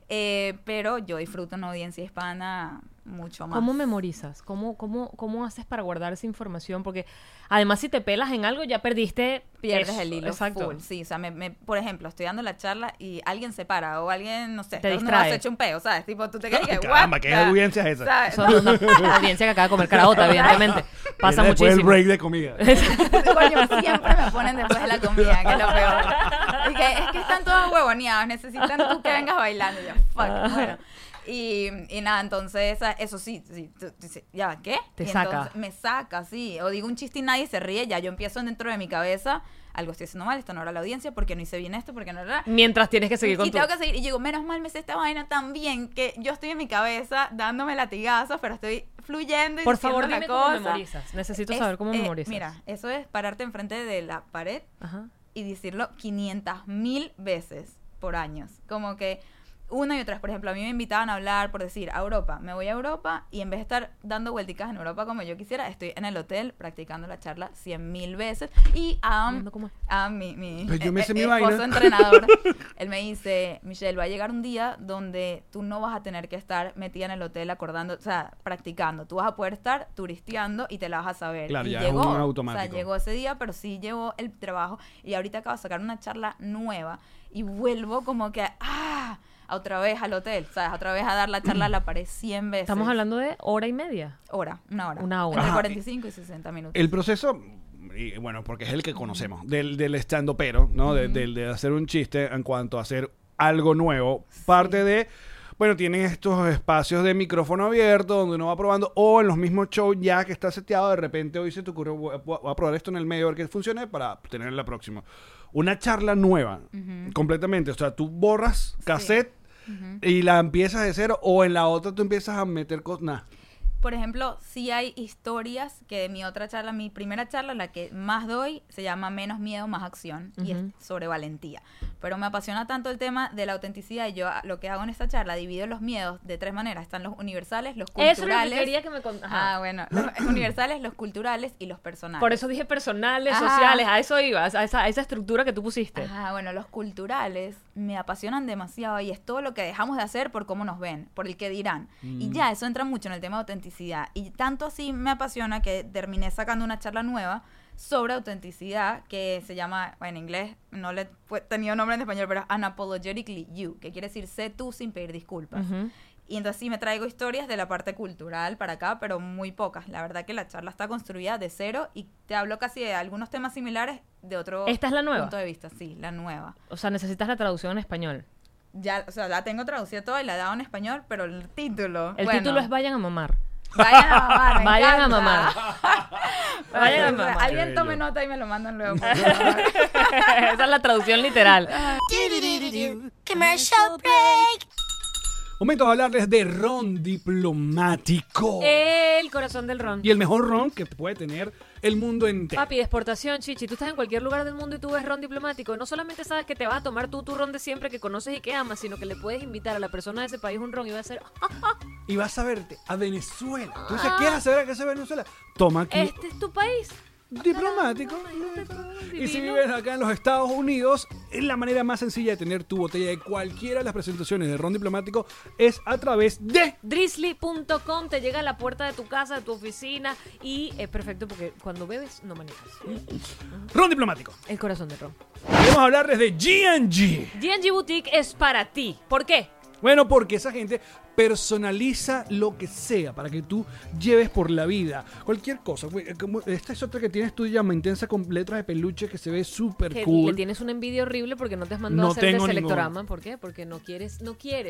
Pero yo disfruto una audiencia hispana mucho más. ¿Cómo memorizas? ¿Cómo haces para guardar esa información? Porque además si te pelas en algo ya perdiste... Pierdes eso. el hilo Exacto. full. Sí, o sea, por ejemplo, estoy dando la charla y alguien se para o alguien, no sé, Te nos distrae. has hecho un peo, ¿sabes? Tipo, tú te quedas que, Caramba, what ¿qué the- audiencia es esa? ¿sabes? Eso no, la audiencia que acaba de comer caraota, evidentemente. Pasa Viene después del muchísimo. break de comida. Coño, siempre me ponen después de la comida, que es lo peor. Y es que están todos huevoneados, necesitan tú que vengas bailando. Y yo, fuck, bueno. Y nada, entonces, eso sí, tú dices, ¿ya qué? Te Y saca. entonces me saca, sí. O digo un chiste y nadie se ríe, ya yo empiezo dentro de mi cabeza, algo estoy haciendo mal, esto no era la audiencia, porque no hice bien esto, porque no era... Mientras tienes que seguir con Y tu... tengo que seguir. Y digo, menos mal me sé esta vaina tan bien que yo estoy en mi cabeza dándome latigazos, pero estoy fluyendo y Por diciendo favor, la dime cómo cosa. memorizas. Necesito Es, saber cómo memorizas. Mira, eso es pararte enfrente de la pared Ajá. y decirlo 500,000 veces por años. Como que una y otra vez. Por ejemplo, a mí me invitaban a hablar por decir a Europa. Me voy a Europa y en vez de estar dando vuelticas en Europa como yo quisiera, estoy en el hotel practicando la charla 100,000 veces. Y Viendo cómo es. mi Pues yo me sé mi esposo vaina. entrenador, él me dice, Michelle, va a llegar un día donde tú no vas a tener que estar metida en el hotel acordando, o sea, practicando. Tú vas a poder estar turisteando y te la vas a saber. Claro, y ya es llegó, un automático. O sea, llegó ese día, pero sí llevó el trabajo. Y ahorita acabo de sacar una charla nueva y vuelvo como que, otra vez al hotel, ¿sabes? Otra vez a dar la charla a la pared 100 veces. Estamos hablando de hora y media. Una hora. Una hora. Entre Ajá. 45 y 60 minutos. El proceso, y bueno, porque es el que conocemos, del stand-upero, ¿no? De hacer un chiste en cuanto a hacer algo nuevo. Parte de, bueno, tienen estos espacios de micrófono abierto donde uno va probando, o en los mismos shows ya que está seteado, de repente hoy se te ocurre, voy a probar esto en el medio a ver que funcione para tener la próxima. Una charla nueva, completamente. O sea, tú borras cassette y la empiezas de cero, o en la otra tú empiezas a meter cosas. Nah. Por ejemplo, sí hay historias que de mi otra charla, mi primera charla, la que más doy, se llama Menos miedo, más acción, y es sobre valentía. Pero me apasiona tanto el tema de la autenticidad, y yo lo que hago en esta charla, divido los miedos de 3 maneras. Están los universales, los culturales. Eso es lo que quería que me contaras. Bueno, los universales, los culturales y los personales. Por eso dije personales, sociales, a eso ibas, a esa estructura que tú pusiste. Bueno, los culturales me apasionan demasiado, y es todo lo que dejamos de hacer por cómo nos ven, por el que dirán. Y ya, eso entra mucho en el tema de autenticidad. Y tanto así me apasiona que terminé sacando una charla nueva sobre autenticidad que se llama, en inglés, no le he tenido nombre en español, pero Unapologetically You, que quiere decir sé tú sin pedir disculpas. Y entonces sí me traigo historias de la parte cultural para acá, pero muy pocas. La verdad que la charla está construida de cero y te hablo casi de algunos temas similares de otro ¿Esta es la nueva? punto de vista. Sí, la nueva. O sea, necesitas la traducción en español. Ya, o sea, la tengo traducida toda y la he dado en español, pero el título... El título es Vayan a mamar. Vayan a mamar, me Vayan a encanta. mamar. Vayan a mamar. Alguien Qué tome bello. nota y me lo mandan luego. Por favor. Esa es la traducción literal. Commercial break. Momento de hablarles de ron diplomático. El corazón del ron. Y el mejor ron que puede tener el mundo entero. Papi, de exportación, chichi. Tú estás en cualquier lugar del mundo y tú ves ron diplomático. No solamente sabes que te vas a tomar tú tu ron de siempre que conoces y que amas, sino que le puedes invitar a la persona de ese país un ron y va a ser... Y vas a verte a Venezuela. Tú dices, ¿quieres saber a qué es Venezuela? Toma aquí. Este es tu país. Diplomático. Y si Divino. vives acá en los Estados Unidos, es la manera más sencilla de tener tu botella de cualquiera de las presentaciones de ron diplomático es a través de Drizzly.com te llega a la puerta de tu casa, de tu oficina y es perfecto porque cuando bebes no manejas. ron diplomático. El corazón del ron. Queremos hablarles de G&G. G&G Boutique es para ti. ¿Por qué? Bueno, porque esa gente personaliza lo que sea para que tú lleves por la vida. Cualquier cosa. Como esta es otra que tienes tú, llama intensa, con letras de peluche que se ve súper Que cool. le tienes una envidia horrible porque no te has mandado No a hacer el tengo selectorama. ¿Por qué? Porque tú no quieres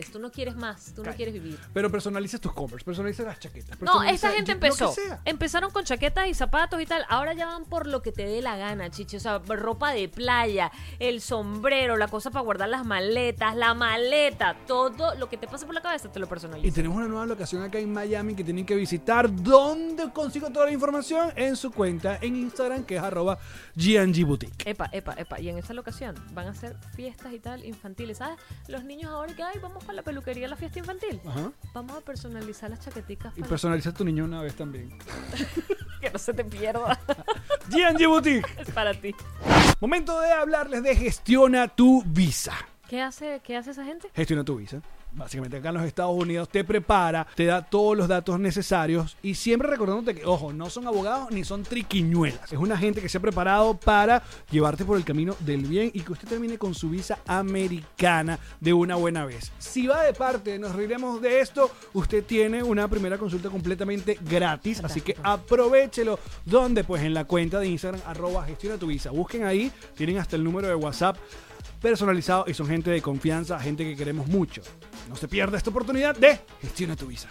más, tú no quieres vivir. Pero personalizas tus covers, personalizas las chaquetas. No, personaliza esta gente lo que empezó. sea. Empezaron con chaquetas y zapatos y tal. Ahora ya van por lo que te dé la gana, chichi. O sea, ropa de playa, el sombrero, la cosa para guardar las maletas, la maleta, todo lo que te pase por la cabeza te lo Y personaliza. tenemos una nueva locación acá en Miami que tienen que visitar. ¿Dónde consigo toda la información? En su cuenta en Instagram, que es @GNGBoutique. Epa. Y en esa locación van a hacer fiestas y tal infantiles. ¿Sabes? Los niños ahora que ay, vamos para la peluquería a la fiesta infantil. Ajá. Vamos a personalizar las chaqueticas Y para personaliza a tu niño una vez también. que no se te pierda. GNG Boutique. Es para ti. Momento de hablarles de Gestiona tu Visa. ¿Qué hace esa gente? Gestiona tu Visa. Básicamente acá en los Estados Unidos te prepara, te da todos los datos necesarios y siempre recordándote que, ojo, no son abogados ni son triquiñuelas. Es una gente que se ha preparado para llevarte por el camino del bien y que usted termine con su visa americana de una buena vez. Si va de parte, nos reiremos de esto, usted tiene una primera consulta completamente gratis, así que aprovéchelo. ¿Dónde? Pues en la cuenta de Instagram, @Gestiona tu Visa. Busquen ahí, tienen hasta el número de WhatsApp personalizado y son gente de confianza, gente que queremos mucho. No se pierda esta oportunidad de Gestiona tu Visa.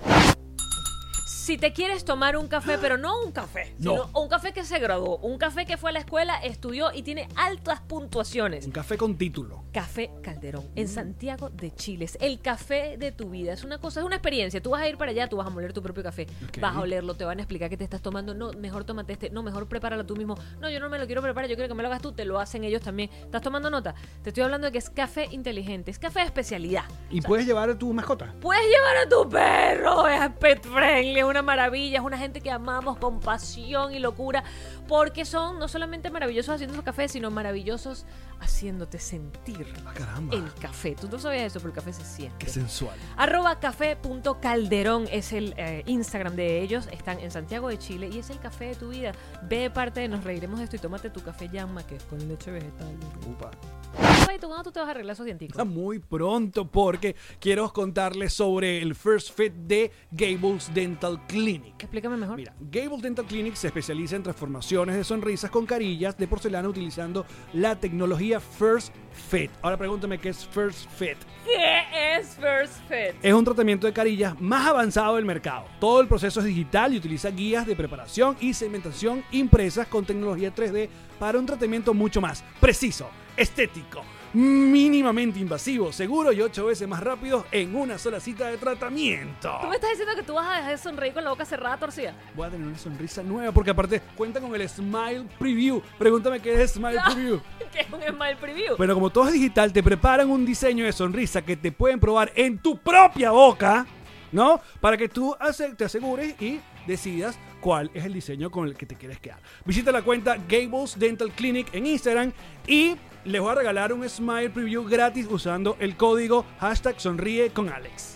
Si te quieres tomar un café, pero no un café, No. sino un café que se graduó, un café que fue a la escuela, estudió y tiene altas puntuaciones. Un café con título. Café Calderón, en Santiago de Chile. Es el café de tu vida. Es una cosa, es una experiencia. Tú vas a ir para allá, tú vas a moler tu propio café. Ok. Vas a olerlo, te van a explicar qué te estás tomando. No, mejor tómate este. No, mejor prepáralo tú mismo. No, yo no me lo quiero preparar, yo quiero que me lo hagas tú. Te lo hacen ellos también. ¿Estás tomando nota? Te estoy hablando de que es café inteligente. Es café de especialidad. Y puedes llevar a tu mascota. Puedes llevar a tu perro, es pet friendly, es una maravilla, es una gente que amamos con pasión y locura, porque son no solamente maravillosos haciendo su café, sino maravillosos haciéndote sentir Ah, caramba. el café. Tú no sabías eso, pero el café se siente. Qué sensual. @café.calderón es el Instagram de ellos. Están en Santiago de Chile y es el café de tu vida. Ve de parte de Nos Reiremos de Esto y tómate tu café llama, que es con leche vegetal. Upa. Paito, ¿cuándo tú te vas a arreglar esos dienticos? Muy pronto porque quiero contarles sobre el First Fit de Gables Dental Clinic. Explícame mejor. Mira, Gables Dental Clinic se especializa en transformaciones de sonrisas con carillas de porcelana utilizando la tecnología First Fit. Ahora pregúntame qué es First Fit. ¿Qué es First Fit? Es un tratamiento de carillas más avanzado del mercado. Todo el proceso es digital y utiliza guías de preparación y segmentación impresas con tecnología 3D para un tratamiento mucho más preciso, estético, mínimamente invasivo, seguro y 8 veces más rápido en una sola cita de tratamiento. ¿Tú me estás diciendo que tú vas a dejar de sonreír con la boca cerrada, torcida? Voy a tener una sonrisa nueva porque aparte cuenta con el Smile Preview. Pregúntame qué es Smile Preview. ¿Qué es un Smile Preview? Pero como todo es digital, te preparan un diseño de sonrisa que te pueden probar en tu propia boca, ¿no? Para que tú te asegures y decidas cuál es el diseño con el que te quieres quedar. Visita la cuenta Gables Dental Clinic en Instagram y les voy a regalar un Smile Preview gratis usando el código #sonríeconalex.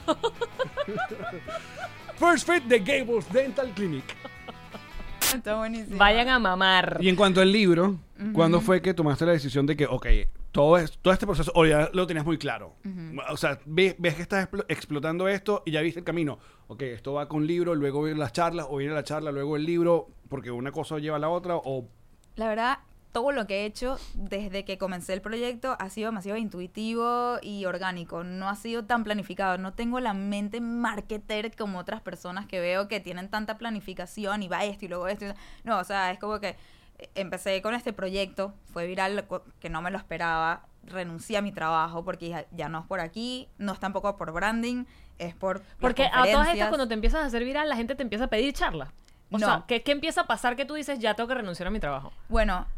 First Fit de Gables Dental Clinic. Está buenísimo. Vayan a mamar. Y en cuanto al libro, ¿cuándo fue que tomaste la decisión de que, ok, todo este proceso, o ya lo tenías muy claro? O sea, ves que estás explotando esto y ya viste el camino. Ok, esto va con libro, luego viene las charlas, o viene la charla, luego el libro, porque una cosa lleva a la otra, o... La verdad, todo lo que he hecho desde que comencé el proyecto ha sido demasiado intuitivo y orgánico. No ha sido tan planificado. No tengo la mente marketer como otras personas que veo que tienen tanta planificación y va esto y luego esto. No, o sea, es como que empecé con este proyecto, fue viral, que no me lo esperaba. Renuncié a mi trabajo porque ya no es por aquí, no es tampoco por branding, es por Porque las a todas estas, conferencias. cuando te empiezas a hacer viral, la gente te empieza a pedir charlas. O No. sea, ¿qué empieza a pasar que tú dices, ya tengo que renunciar a mi trabajo? Bueno,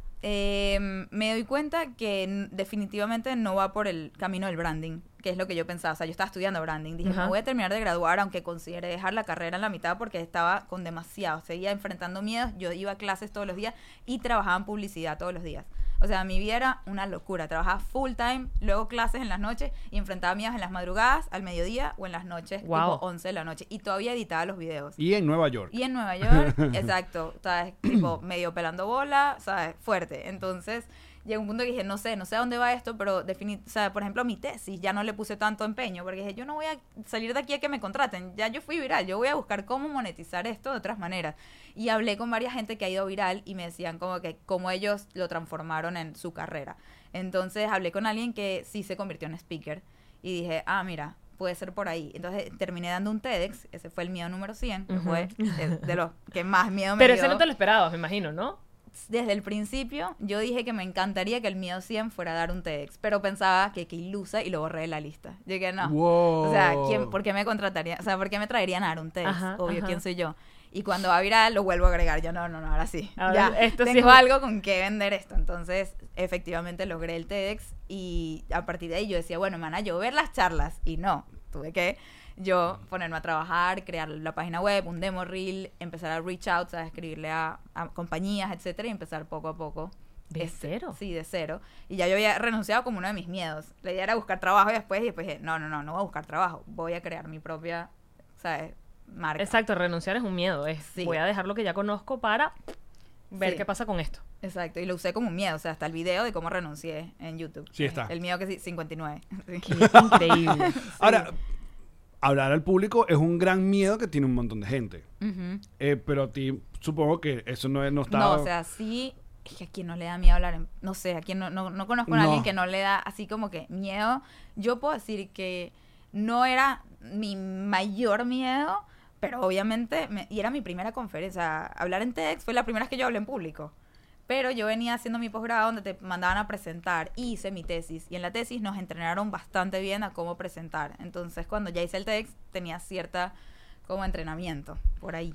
me doy cuenta que definitivamente no va por el camino del branding, que es lo que yo pensaba. O sea, yo estaba estudiando branding. Dije, Ajá. me voy a terminar de graduar, aunque consideré dejar la carrera en la mitad porque estaba con demasiado. Seguía enfrentando miedos. Yo iba a clases todos los días y trabajaba en publicidad todos los días. O sea, mi vida era una locura. Trabajaba full time, luego clases en las noches y enfrentaba miedos en las madrugadas, al mediodía o en las noches, Wow. tipo 11 de la noche. Y todavía editaba los videos. Y en Nueva York. Y en Nueva York, exacto, ¿sabes? Tipo, medio pelando bola, ¿sabes? Fuerte. Entonces, llegó un punto que dije, no sé a dónde va esto, pero o sea, por ejemplo, mi tesis ya no le puse tanto empeño, porque dije, yo no voy a salir de aquí a que me contraten, ya yo fui viral, yo voy a buscar cómo monetizar esto de otras maneras. Y hablé con varias gente que ha ido viral y me decían como que cómo ellos lo transformaron en su carrera. Entonces, hablé con alguien que sí se convirtió en speaker y dije, mira, puede ser por ahí. Entonces terminé dando un TEDx, ese fue el miedo número 100, que fue de los que más miedo me Pero dio. ese no te lo esperabas, me imagino, ¿no? Desde el principio yo dije que me encantaría que el miedo 100 fuera a dar un TEDx, pero pensaba que ilusa y lo borré de la lista. Yo dije, no. Wow. O sea, ¿por qué me contrataría? O sea, ¿por qué me traerían a dar un TEDx? Ajá, Obvio, ajá. ¿quién soy yo? Y cuando va viral lo vuelvo a agregar. Yo, no, ahora sí. Ahora, ya, esto sí tengo es- algo con qué vender esto. Entonces, efectivamente logré el TEDx y a partir de ahí yo decía, bueno, me van a llover las charlas. Y no, tuve que yo ponerme a trabajar, crear la página web, un demo reel, empezar a reach out, a escribirle a compañías, etcétera, y empezar poco a poco. ¿De cero? Sí, de cero. Y ya yo había renunciado como uno de mis miedos. La idea era buscar trabajo y después dije, no voy a buscar trabajo. Voy a crear mi propia, ¿sabes? Marca. Exacto, renunciar es un miedo. Sí. Voy a dejar lo que ya conozco para ver Sí. qué pasa con esto. Exacto. Y lo usé como un miedo. O sea, hasta el video de cómo renuncié en YouTube. Sí está. El miedo que sí, 59. Sí. Qué increíble. Ahora, hablar al público es un gran miedo que tiene un montón de gente. Ujú. Pero a ti, supongo que eso no está... No, o sea, sí. Es que a quien no le da miedo hablar, no sé, a quien no conozco a No. alguien que no le da así como que miedo. Yo puedo decir que no era mi mayor miedo, pero obviamente, y era mi primera conferencia. Hablar en TEDx fue la primera vez que yo hablé en público. Pero yo venía haciendo mi posgrado donde te mandaban a presentar y hice mi tesis. Y en la tesis nos entrenaron bastante bien a cómo presentar. Entonces, cuando ya hice el TEDx, tenía cierta como entrenamiento por ahí.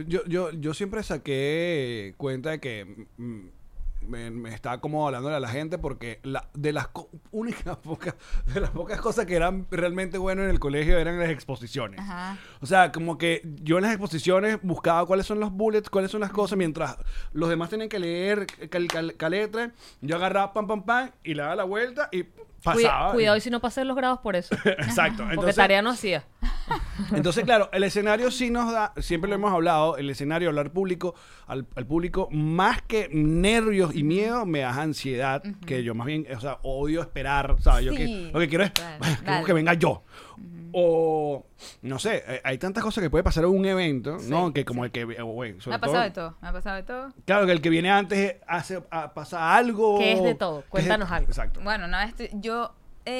Yo siempre saqué cuenta de que me estaba como hablándole a la gente porque de las pocas cosas que eran realmente buenas en el colegio eran las exposiciones. Ajá. O sea, como que yo en las exposiciones buscaba cuáles son los bullets, cuáles son las cosas, mientras los demás tenían que leer letra, yo agarraba pam, y le daba la vuelta y pasaba. Cuidado y si no pasé los grados por eso. Exacto. Porque Entonces, tarea no hacía. Entonces, claro, el escenario sí nos da, siempre lo hemos hablado, el escenario, hablar público, al público, más que nervios y miedo, me da ansiedad, que yo más bien, o sea, odio esperar, ¿sabes? Yo Sí. lo que quiero es quiero que venga yo. O, no sé, hay tantas cosas que puede pasar en un evento, ¿no? Que como el que, güey, Me sobre ha pasado todo, de todo, me ha pasado de todo. claro, que el que viene antes pasa algo. Que es de todo, cuéntanos algo. Exacto. Bueno, una vez yo,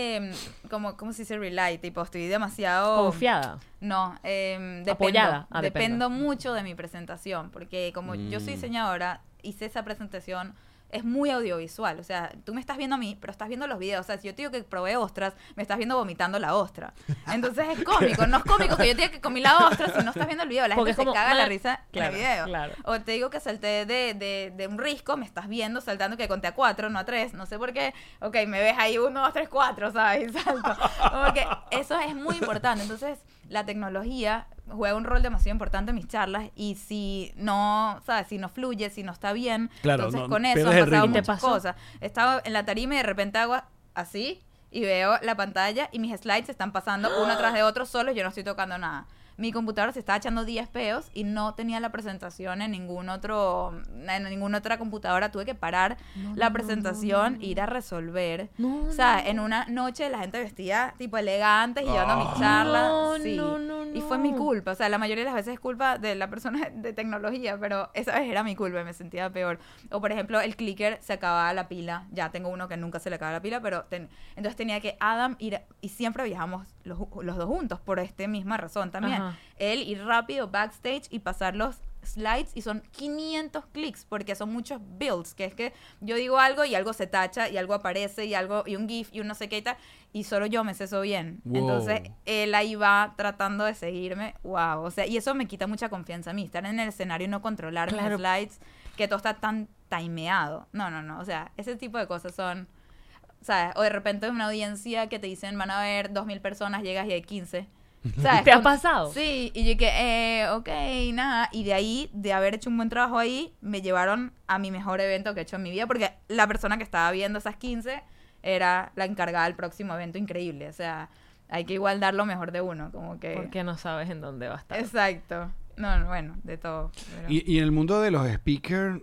¿cómo se dice rely? Tipo, estoy demasiado... Confiada. No, dependo. Apoyada. Dependo mucho de mi presentación, porque como yo soy diseñadora, hice esa presentación, es muy audiovisual. O sea, tú me estás viendo a mí, pero estás viendo los videos. O sea, si yo te digo que probé ostras, me estás viendo vomitando la ostra. Entonces es cómico. No es cómico que yo te diga que comí la ostra si no estás viendo el video. La Porque gente es como, se caga la risa claro, en el video. claro. O te digo que salté de un risco, me estás viendo saltando que conté a 4, no a 3. No sé por qué. Ok, me ves ahí 1, 2, 3, 4, ¿sabes? Y salto. Porque eso es muy importante. Entonces, la tecnología juega un rol demasiado importante en mis charlas y si no, ¿sabes? Si no fluye, si no está bien, Claro, entonces no, con eso pierdes han el pasado ritmo. ¿Te muchas pasó? cosas. Estaba en la tarima y de repente hago así y veo la pantalla y mis slides están pasando uno tras de otro solos, yo no estoy tocando nada. Mi computadora se estaba echando 10 peos y no tenía la presentación en ninguna otra computadora. Tuve que parar la presentación e ir a resolver. O sea, en una noche la gente vestía tipo elegantes y llevando mi charla. No, sí. no, Y fue mi culpa. O sea, la mayoría de las veces es culpa de la persona de tecnología, pero esa vez era mi culpa y me sentía peor. O por ejemplo, el clicker se acababa la pila. Ya tengo uno que nunca se le acaba la pila, pero entonces tenía que Adam ir, y siempre viajamos los dos juntos por esta misma razón también. Ajá. Él ir rápido backstage y pasar los slides y son 500 clics porque son muchos builds, que es que yo digo algo y algo se tacha y algo aparece y un gif y un no sé qué y tal, y solo yo me sé eso bien. Wow. Entonces él ahí va tratando de seguirme. Wow, o sea, y eso me quita mucha confianza a mí, estar en el escenario y no controlar Claro. mis slides, que todo está tan timeado. No, o sea, ese tipo de cosas son, ¿sabes? O de repente en una audiencia que te dicen van a ver 2,000 personas, llegas y hay 15. ¿Sabes? ¿Te ha pasado? Sí, y yo que, ok, nada. Y de ahí, de haber hecho un buen trabajo ahí, me llevaron a mi mejor evento que he hecho en mi vida, porque la persona que estaba viendo esas 15 era la encargada del próximo evento increíble. O sea, hay que igual dar lo mejor de uno, como que... Porque no sabes en dónde va a estar. Exacto. No, bueno, de todo. Pero... Y en el mundo de los speakers,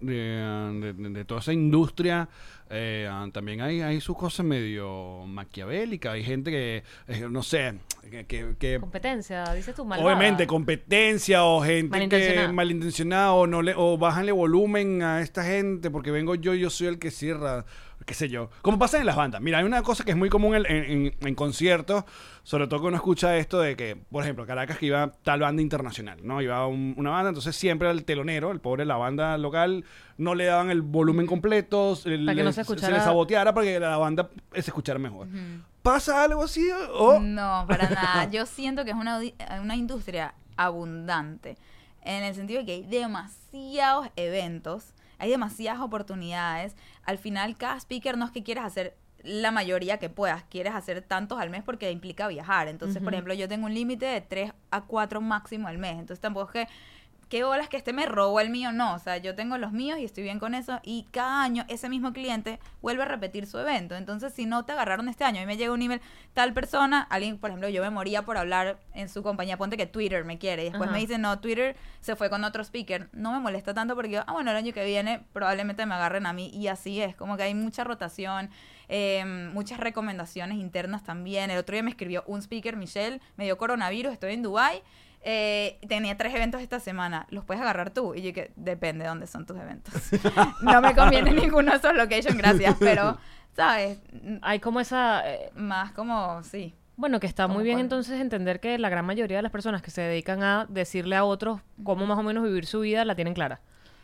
de toda esa industria, también hay sus cosas medio maquiavélicas. Hay gente que, no sé, que Competencia, dices tú, malvada. obviamente competencia o gente que Malintencionada. malintencionada o no o bájanle volumen a esta gente porque vengo yo soy el que cierra, qué sé yo. Como pasa en las bandas. Mira, hay una cosa que es muy común en conciertos, sobre todo que uno escucha esto de que, por ejemplo, Caracas que iba tal banda internacional, ¿no? Iba una banda, entonces siempre al telonero, el pobre, la banda local, no le daban el volumen completo, Para que no se escuchara. le saboteara para que la banda se escuchara mejor. ¿Pasa algo así? ¿O? No, para nada. Yo siento que es una industria abundante, en el sentido de que hay demasiados eventos, hay demasiadas oportunidades. Al final, cada speaker no es que quieras hacer la mayoría que puedas, quieres hacer tantos al mes porque implica viajar. Entonces, por ejemplo, yo tengo un límite de 3 a 4 máximo al mes. Entonces, tampoco es que qué bolas que me robó el mío, no. O sea, yo tengo los míos y estoy bien con eso. Y cada año ese mismo cliente vuelve a repetir su evento. Entonces, si no te agarraron este año, a mí me llega un email, tal persona, alguien, por ejemplo, yo me moría por hablar en su compañía, ponte que Twitter me quiere. Y después Ajá. me dice, no, Twitter se fue con otro speaker. No me molesta tanto porque yo, bueno, el año que viene probablemente me agarren a mí. Y así es, como que hay mucha rotación, muchas recomendaciones internas también. El otro día me escribió un speaker, Michelle, me dio coronavirus, estoy en Dubái. Tenía 3 eventos esta semana, ¿los puedes agarrar tú? Y yo que depende de dónde son tus eventos. No me conviene ninguno de esos locations, gracias, pero, ¿sabes? Hay como esa... Más como, sí. Bueno, que está ¿Cómo muy bien cuál? entonces entender que la gran mayoría de las personas que se dedican a decirle a otros cómo más o menos vivir su vida la tienen clara.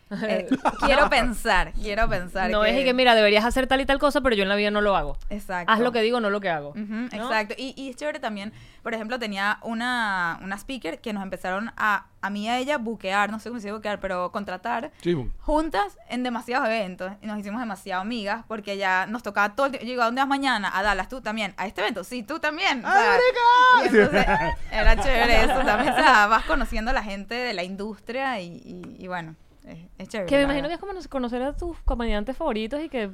Quiero pensar No es que, mira, deberías hacer tal y tal cosa, pero yo en la vida no lo hago. Exacto. Haz lo que digo, no lo que hago. Ujú, ¿no? exacto. Y es chévere también, por ejemplo, tenía una speaker que nos empezaron a mí y a ella buquear, no sé cómo se dice buquear, pero contratar Sí. juntas en demasiados eventos y nos hicimos demasiado amigas porque ya nos tocaba todo el tiempo. Yo digo, ¿a dónde vas mañana? A Dallas, ¿tú también? ¿A este evento? Sí, tú también. O sea, y entonces, era chévere eso también. O sea, vas conociendo a la gente de la industria y bueno, es chévere. Que me la imagino que verdad. es como conocer a tus comediantes favoritos y que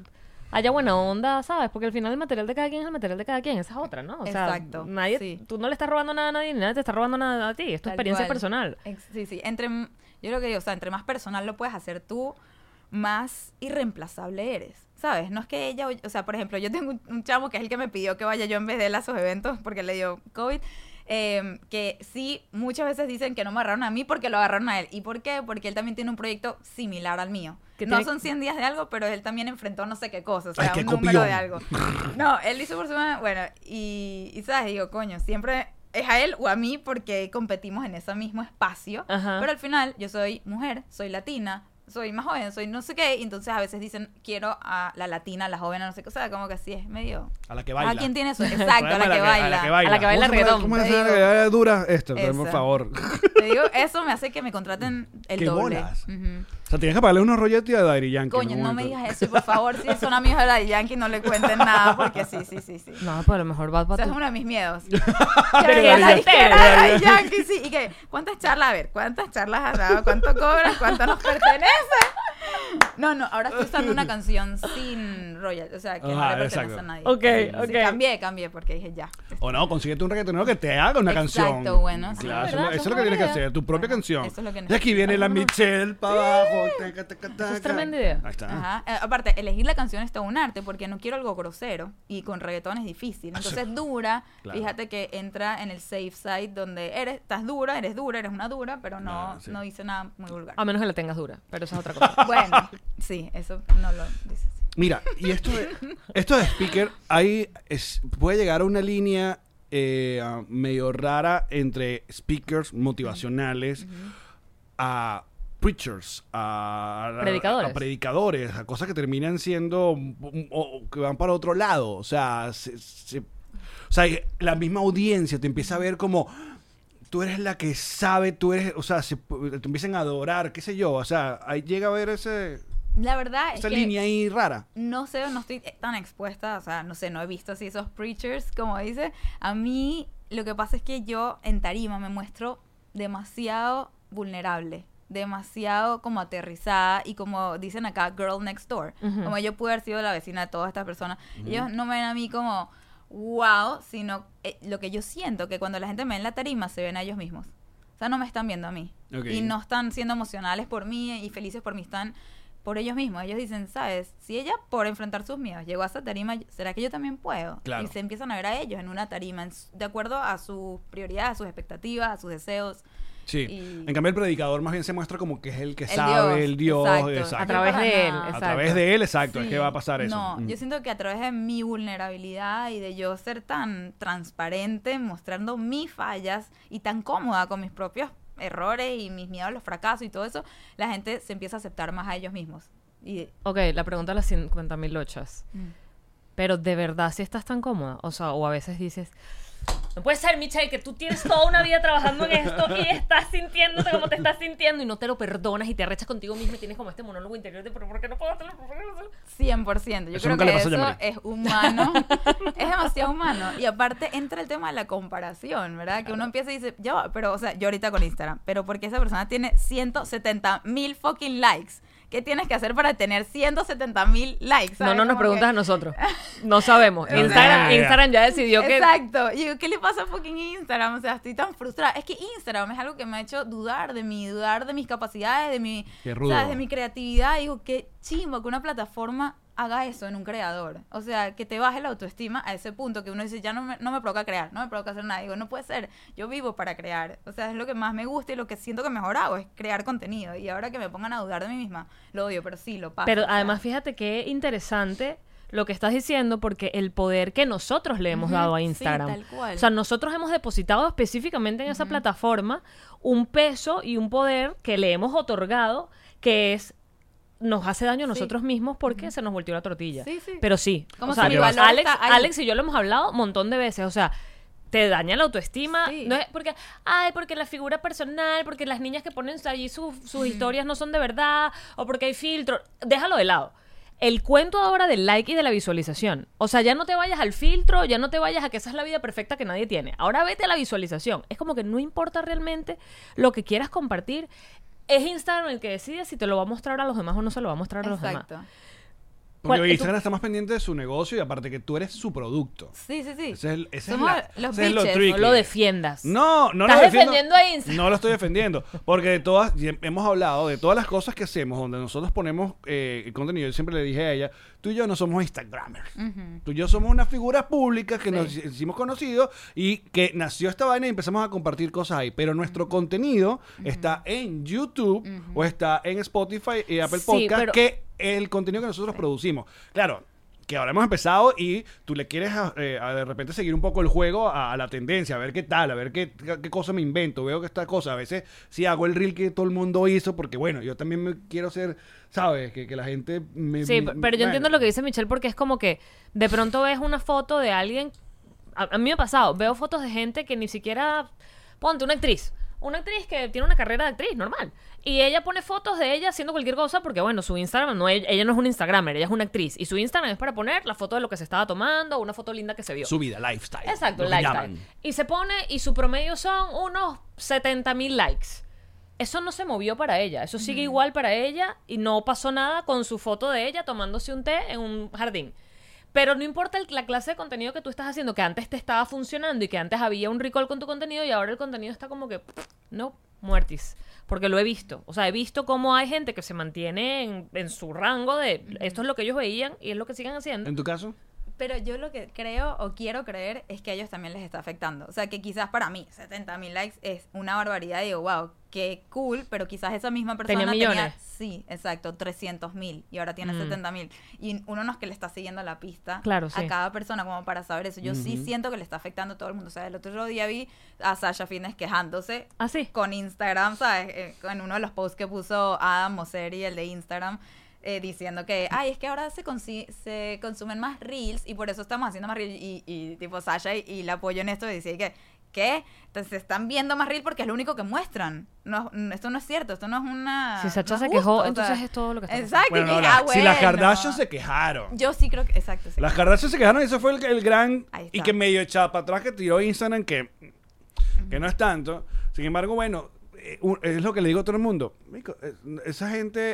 haya buena onda, ¿sabes? Porque al final el material de cada quien es el material de cada quien. Esa es otra, ¿no? O sea, Exacto, nadie, sí. tú no le estás robando nada a nadie, ni nadie te está robando nada a ti. Es tu Tal experiencia cual. personal. Sí, sí. Yo creo que digo, o sea, entre más personal lo puedes hacer tú, más irreemplazable eres, ¿sabes? No es que ella, o sea, por ejemplo, yo tengo un chamo que es el que me pidió que vaya yo en vez de él a sus eventos porque le dio COVID, que sí, muchas veces dicen que no me agarraron a mí porque lo agarraron a él. ¿Y por qué? Porque él también tiene un proyecto similar al mío. Que No tiene- son 100 días de algo, pero él también enfrentó no sé qué cosa, o sea, Ay, qué un número copión. de algo. No, él hizo por su bueno, y ¿sabes? Digo, coño, siempre es a él o a mí porque competimos en ese mismo espacio, Ajá. pero al final yo soy mujer, soy latina, soy más joven, soy no sé qué, y entonces a veces dicen, quiero a la latina, a la joven, a no sé qué, o sea, como que sí es medio... A la que baila. ¿A quién tiene eso? Exacto, a la Tráeme que baila. A la que baila ¿Cómo se llama- reggaetón. ¿Cómo se Te llama la digo. que baila dura? Esto, por Esa. favor. Te digo, eso me hace que me contraten el ¡Qué doble. bolas! Ujú. O sea, tienes que pagarle unos royalties a Daddy Yankee. Coño, en un no me momento. digas eso, y por favor, si son amigos de la Yankee, no le cuenten nada, porque sí. No, pues a lo mejor vas O para sea, es tu... uno de mis miedos. Pero Que ya la sé, disquera ya, de Yankee, sí. Y que, ¿cuántas charlas? A ver, ¿cuántas charlas has dado? ¿Cuánto cobras? ¿Cuánto nos pertenece? No, ahora estoy usando una canción sin royalties, o sea, que no Ajá, le pertenece exacto. a nadie. Ok, Sí, ok. cambié, porque dije ya. O no, consíguete un reggaetonero que te haga una canción. Exacto, bueno, sí. Claro, ¿Verdad? eso es Eso lo que es tienes que buena hacer, tu propia Bueno, canción. eso es lo que Y aquí viene la necesito. Michelle para abajo. Taca, taca, taca. es tremenda idea. Ahí está. Ajá. Aparte, elegir la canción es todo un arte porque no quiero algo grosero y con reggaetón es difícil. Entonces, dura, Claro. fíjate que entra en el safe side donde eres dura, eres una dura, pero no, Claro, sí. no dice nada muy vulgar. A menos que la tengas dura, pero esa es otra cosa. Bueno, sí, eso no lo dices. Mira, y esto de speaker, puede llegar a una línea medio rara entre speakers motivacionales a preachers, Predicadores. a predicadores, a cosas que terminan siendo o que van para otro lado. O sea, o sea, la misma audiencia te empieza a ver como tú eres la que sabe, tú eres, o sea, te empiezan a adorar, qué sé yo. O sea, ahí llega a ver La verdad es esa que línea ahí rara. no sé, no estoy tan expuesta, o sea, no sé, no he visto así esos preachers, como dice. A mí lo que pasa es que yo en tarima me muestro demasiado vulnerable, demasiado como aterrizada y como dicen acá, girl next door. Ujú. Como yo pude haber sido la vecina de todas estas personas. Ellos no me ven a mí como wow, sino lo que yo siento, que cuando la gente me ve en la tarima se ven a ellos mismos. O sea, no me están viendo a mí. Ok. Y no están siendo emocionales por mí y felices por mí, están por ellos mismos. Ellos dicen, ¿sabes? Si ella por enfrentar sus miedos llegó a esa tarima, ¿será que yo también puedo? Claro. Y se empiezan a ver a ellos en una tarima, de acuerdo a sus prioridades, a sus expectativas, a sus deseos. Sí. Y- En cambio, el predicador más bien se muestra como que es el que El sabe, Dios, el Dios. exacto. Exacto. A través Para de él, nada. A exacto. través de él, exacto, es Sí. que va a pasar eso. No, Mm. yo siento que a través de mi vulnerabilidad y de yo ser tan transparente, mostrando mis fallas y tan cómoda con mis propios errores y mis miedos a los fracasos y todo eso, la gente se empieza a aceptar más a ellos mismos. Y, Ok, la pregunta de las 50.000 lochas. Pero de verdad, si estás tan cómoda, o sea, o a veces dices, no puede ser, Michelle, que tú tienes toda una vida trabajando en esto y estás sintiéndote como te estás sintiendo y no te lo perdonas y te arrechas contigo mismo y tienes como este monólogo interior de, ¿pero por qué no puedo hacerlo? ¿Por qué no puedo hacerlo? 100%. Yo Eso creo nunca le que pasó a eso Yamari. es humano. Es demasiado humano. Y aparte entra el tema de la comparación, ¿verdad? Que uno empieza y dice, yo, pero, o sea, yo ahorita con Instagram, pero porque esa persona tiene 170,000 fucking likes. ¿Qué tienes que hacer para tener 170,000 likes? No, ¿sabes? no nos Como preguntas que- a nosotros. No sabemos. No, Instagram, ya. Instagram ya decidió que... Exacto. Y digo, ¿qué le pasa a fucking Instagram? O sea, estoy tan frustrada. Es que Instagram es algo que me ha hecho dudar de mis capacidades, de mi, Qué rudo. ¿sabes? De mi creatividad. Y digo, qué chimbo que una plataforma haga eso en un creador. O sea, que te baje la autoestima a ese punto que uno dice, ya no me provoca crear, no me provoca hacer nada. Digo, no puede ser. Yo vivo para crear. O sea, es lo que más me gusta y lo que siento que mejor hago es crear contenido. Y ahora que me pongan a dudar de mí misma, lo odio, pero sí, lo paso. Pero o sea. además, fíjate qué interesante lo que estás diciendo, porque el poder que nosotros le hemos Ujú, dado a sí, Instagram. tal cual. O sea, nosotros hemos depositado específicamente en esa plataforma un peso y un poder que le hemos otorgado, que es nos hace daño a Sí. nosotros mismos porque se nos volteó la tortilla. Sí, sí. Pero sí. Como O sea, si mi valor Alex, está ahí. Alex y yo lo hemos hablado un montón de veces. O sea, te daña la autoestima. Sí. No es porque, porque la figura personal, porque las niñas que ponen allí sus historias no son de verdad, o porque hay filtros. Déjalo de lado. El cuento ahora del like y de la visualización. O sea, ya no te vayas al filtro, ya no te vayas a que esa es la vida perfecta que nadie tiene. Ahora vete a la visualización. Es como que no importa realmente lo que quieras compartir. Es Instagram el que decide si te lo va a mostrar a los demás o no se lo va a mostrar a los demás. Exacto. Porque ¿Cuál- Instagram está más pendiente de su negocio y aparte que tú eres su producto. Sí, sí, sí. Ese Somos los bitches. tricky. No lo defiendas. No Estás lo defiendo. defendiendo a Instagram. No lo estoy defendiendo. Porque de todas, y hemos hablado de todas las cosas que hacemos, donde nosotros ponemos el contenido. Yo siempre le dije a ella, tú y yo no somos Instagramers. Tú y yo somos unas figuras públicas que nos hicimos conocidos y que nació esta vaina y empezamos a compartir cosas ahí. Pero nuestro contenido está en YouTube o está en Spotify y Apple Sí, Podcast, pero- que el contenido que nosotros producimos. Claro, que ahora hemos empezado y tú le quieres a de repente seguir un poco el juego a la tendencia, a ver qué tal, a ver qué cosa me invento. Veo que esta cosa, a veces sí hago el reel que todo el mundo hizo, porque bueno, yo también me quiero ser, ¿sabes? Que la gente me... Sí, me- pero yo entiendo lo que dice Michelle porque es como que de pronto ves una foto de alguien. A mí me ha pasado, veo fotos de gente que ni siquiera. Ponte una actriz. Una actriz que tiene una carrera de actriz, normal. Y ella pone fotos de ella haciendo cualquier cosa porque, bueno, su Instagram, ella no es una Instagramer, ella es una actriz. Y su Instagram es para poner la foto de lo que se estaba tomando, una foto linda que se vio. Su vida, lifestyle. Exacto, lo que lifestyle. llaman. Y se pone, y su promedio son unos 70,000 likes. Eso no se movió para ella, eso sigue igual para ella y no pasó nada con su foto de ella tomándose un té en un jardín. Pero no importa la clase de contenido que tú estás haciendo, que antes te estaba funcionando y que antes había un recall con tu contenido y ahora el contenido está como que, no, muertis. Porque lo he visto. O sea, he visto cómo hay gente que se mantiene en su rango de esto es lo que ellos veían y es lo que siguen haciendo. ¿En tu caso? Pero yo lo que creo o quiero creer es que a ellos también les está afectando. O sea, que quizás para mí 70,000 likes es una barbaridad. Y digo, wow, qué cool. Pero quizás esa misma persona Tenía millones. sí, exacto, 300,000. Y ahora tiene 70,000. Y uno no es que le está siguiendo la pista Claro, sí. a cada persona como para saber eso. Yo sí siento que le está afectando a todo el mundo. O sea, el otro día vi a Sasha Fitness quejándose ¿Ah, sí? con Instagram, ¿sabes? En uno de los posts que puso Adam Mosseri, el de Instagram, diciendo que, ay, es que ahora se consumen más reels y por eso estamos haciendo más reels. Y tipo Sasha y la apoyo en esto y decía que, ¿qué? Entonces se están viendo más reels porque es lo único que muestran. No, esto no es cierto, esto no es una... Si Sacha no se es quejó, justo, o entonces sea, es todo lo que está pasando. Exacto. Bueno, y no, que, si las bueno. Kardashian se quejaron. Yo sí creo que, exacto. Sí. Las Kardashian se quejaron y eso fue el gran... Ahí está. Y que medio echado para atrás que tiró Instagram, que no es tanto. Sin embargo, bueno, es lo que le digo a todo el mundo. Mico, esa gente,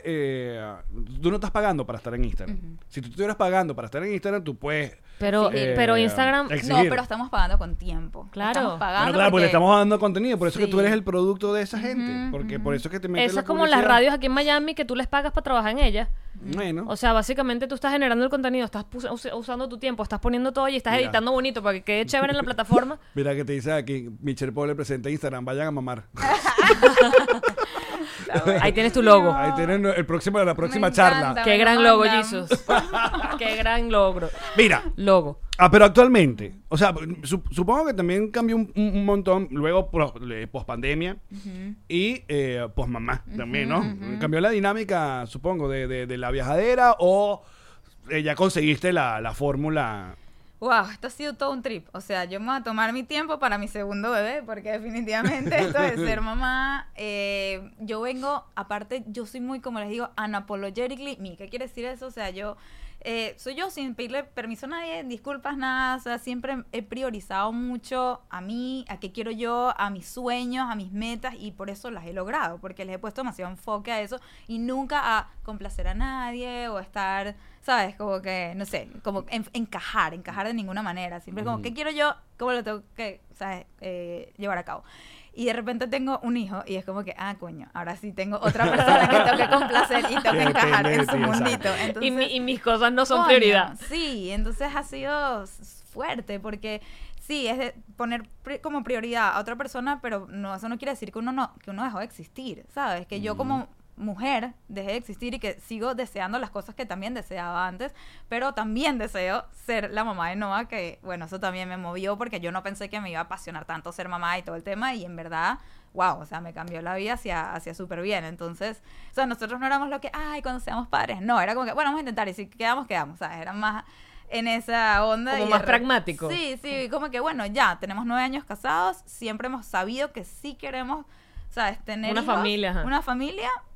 tú no estás pagando para estar en Instagram. Si tú estuvieras pagando para estar en Instagram, tú puedes... Pero Instagram... exigir. No, pero estamos pagando con tiempo. Claro. Estamos pagando Bueno, claro, porque le porque- estamos dando contenido, por eso que Sí. tú eres el producto de esa gente, porque por eso es que te metes Eso la es como las publicidad. radios aquí en Miami que tú les pagas para trabajar en ellas. Bueno, O sea, básicamente tú estás generando el contenido, estás usando tu tiempo, estás poniendo todo y estás Mira. editando bonito para que quede chévere en la plataforma. mira que te dice aquí, Michelle Paul le presenta Instagram, vayan a mamar. Ahí tienes tu logo. Ahí tienen la próxima Me charla. encanta. Qué me gran lo logo, mandan. Jesus. Qué gran logro. Mira, Logo. pero actualmente, o sea, supongo que también cambió un montón luego post pandemia y post mamá también, ¿no? Cambió la dinámica, supongo, de la viajadera o ya conseguiste la fórmula. Wow, esto ha sido todo un trip. O sea, yo me voy a tomar mi tiempo para mi segundo bebé, porque definitivamente esto de ser mamá, yo vengo, aparte, yo soy muy, como les digo, unapologetically me. ¿Qué quiere decir eso? O sea, yo soy yo sin pedirle permiso a nadie, disculpas, nada. O sea, siempre he priorizado mucho a mí, a qué quiero yo, a mis sueños, a mis metas, y por eso las he logrado, porque les he puesto demasiado enfoque a eso y nunca a complacer a nadie o estar, ¿sabes? Como que, no sé, como encajar de ninguna manera. Siempre como, ¿qué quiero yo? ¿Cómo lo tengo que, ¿sabes? Llevar a cabo? Y de repente tengo un hijo y es como que, coño, ahora sí tengo otra persona que tengo que complacer y tengo que Que encajar en depende su de ti, mundito. exacto. Entonces, Y mis cosas no son coño, prioridad. Sí, entonces ha sido fuerte porque sí, es de poner como prioridad a otra persona, pero no, eso no quiere decir que uno dejó de existir, ¿sabes? Que yo como mujer dejé de existir y que sigo deseando las cosas que también deseaba antes, pero también deseo ser la mamá de Noah, que bueno, eso también me movió porque yo no pensé que me iba a apasionar tanto ser mamá y todo el tema, y en verdad, wow, o sea, me cambió la vida hacia súper bien. Entonces, o sea, nosotros no éramos lo que, cuando seamos padres, no, era como que, bueno, vamos a intentar y si quedamos, ¿sabes? Era más en esa onda. Como y más pragmático. Sí, como que bueno, ya, tenemos 9 años casados, siempre hemos sabido que sí queremos, ¿sabes? Tener Una hijos, familia, ajá. una familia,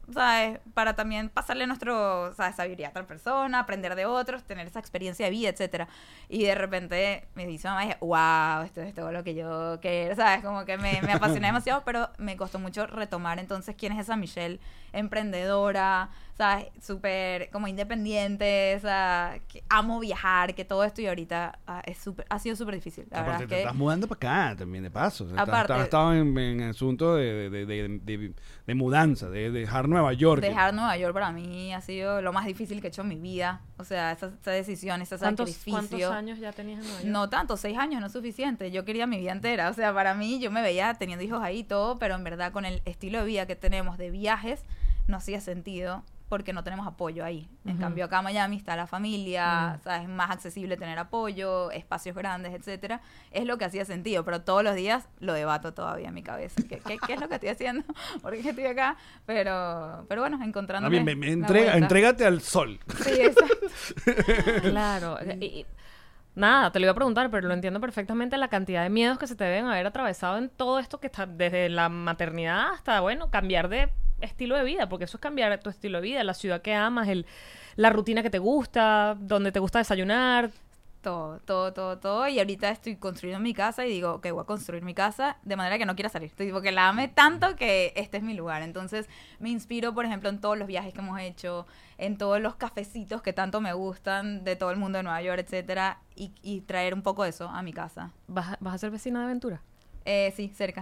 ¿sabes? Para también pasarle nuestro, ¿sabes? Sabiduría a otra persona, aprender de otros, tener esa experiencia de vida, etcétera. Y de repente me dice mamá, dije, wow, esto es todo lo que yo quiero, ¿sabes? Como que me apasioné demasiado, pero me costó mucho retomar entonces quién es esa Michelle emprendedora, ¿sabes? Súper como independiente, o sea, que amo viajar, que todo esto, y ahorita ha sido súper difícil. La Aparte, verdad te es que estás mudando para acá también, de paso. O sea, Aparte- has estado en asunto de mudanza, de dejar Nueva York. dejar Nueva York para mí ha sido lo más difícil que he hecho en mi vida. O sea, esa decisión, ese ¿Cuántos sacrificio. años ya tenías en Nueva York? No tanto, 6 años no es suficiente. Yo quería mi vida entera. O sea, para mí, yo me veía teniendo hijos ahí y todo, pero en verdad con el estilo de vida que tenemos de viajes, no hacía sentido porque no tenemos apoyo ahí. En Ujú. cambio, acá en Miami está la familia, ¿sabes? Es más accesible tener apoyo, espacios grandes, etcétera. Es lo que hacía sentido, pero todos los días lo debato todavía en mi cabeza. ¿Qué es lo que estoy haciendo? ¿Por qué estoy acá? Pero bueno, encontrando A mí, entrégate al sol. Sí, exacto. Claro. Nada, te lo iba a preguntar, pero lo entiendo perfectamente la cantidad de miedos que se te deben haber atravesado en todo esto que está desde la maternidad hasta, bueno, cambiar de estilo de vida, porque eso es cambiar tu estilo de vida, la ciudad que amas, la rutina que te gusta, donde te gusta desayunar. Todo. Y ahorita estoy construyendo mi casa y digo, ok, voy a construir mi casa de manera que no quiera salir. Tipo, que la ame tanto que este es mi lugar. Entonces, me inspiro, por ejemplo, en todos los viajes que hemos hecho, en todos los cafecitos que tanto me gustan de todo el mundo de Nueva York, etcétera, y traer un poco de eso a mi casa. ¿Vas a ser vecina de aventura? Sí, cerca.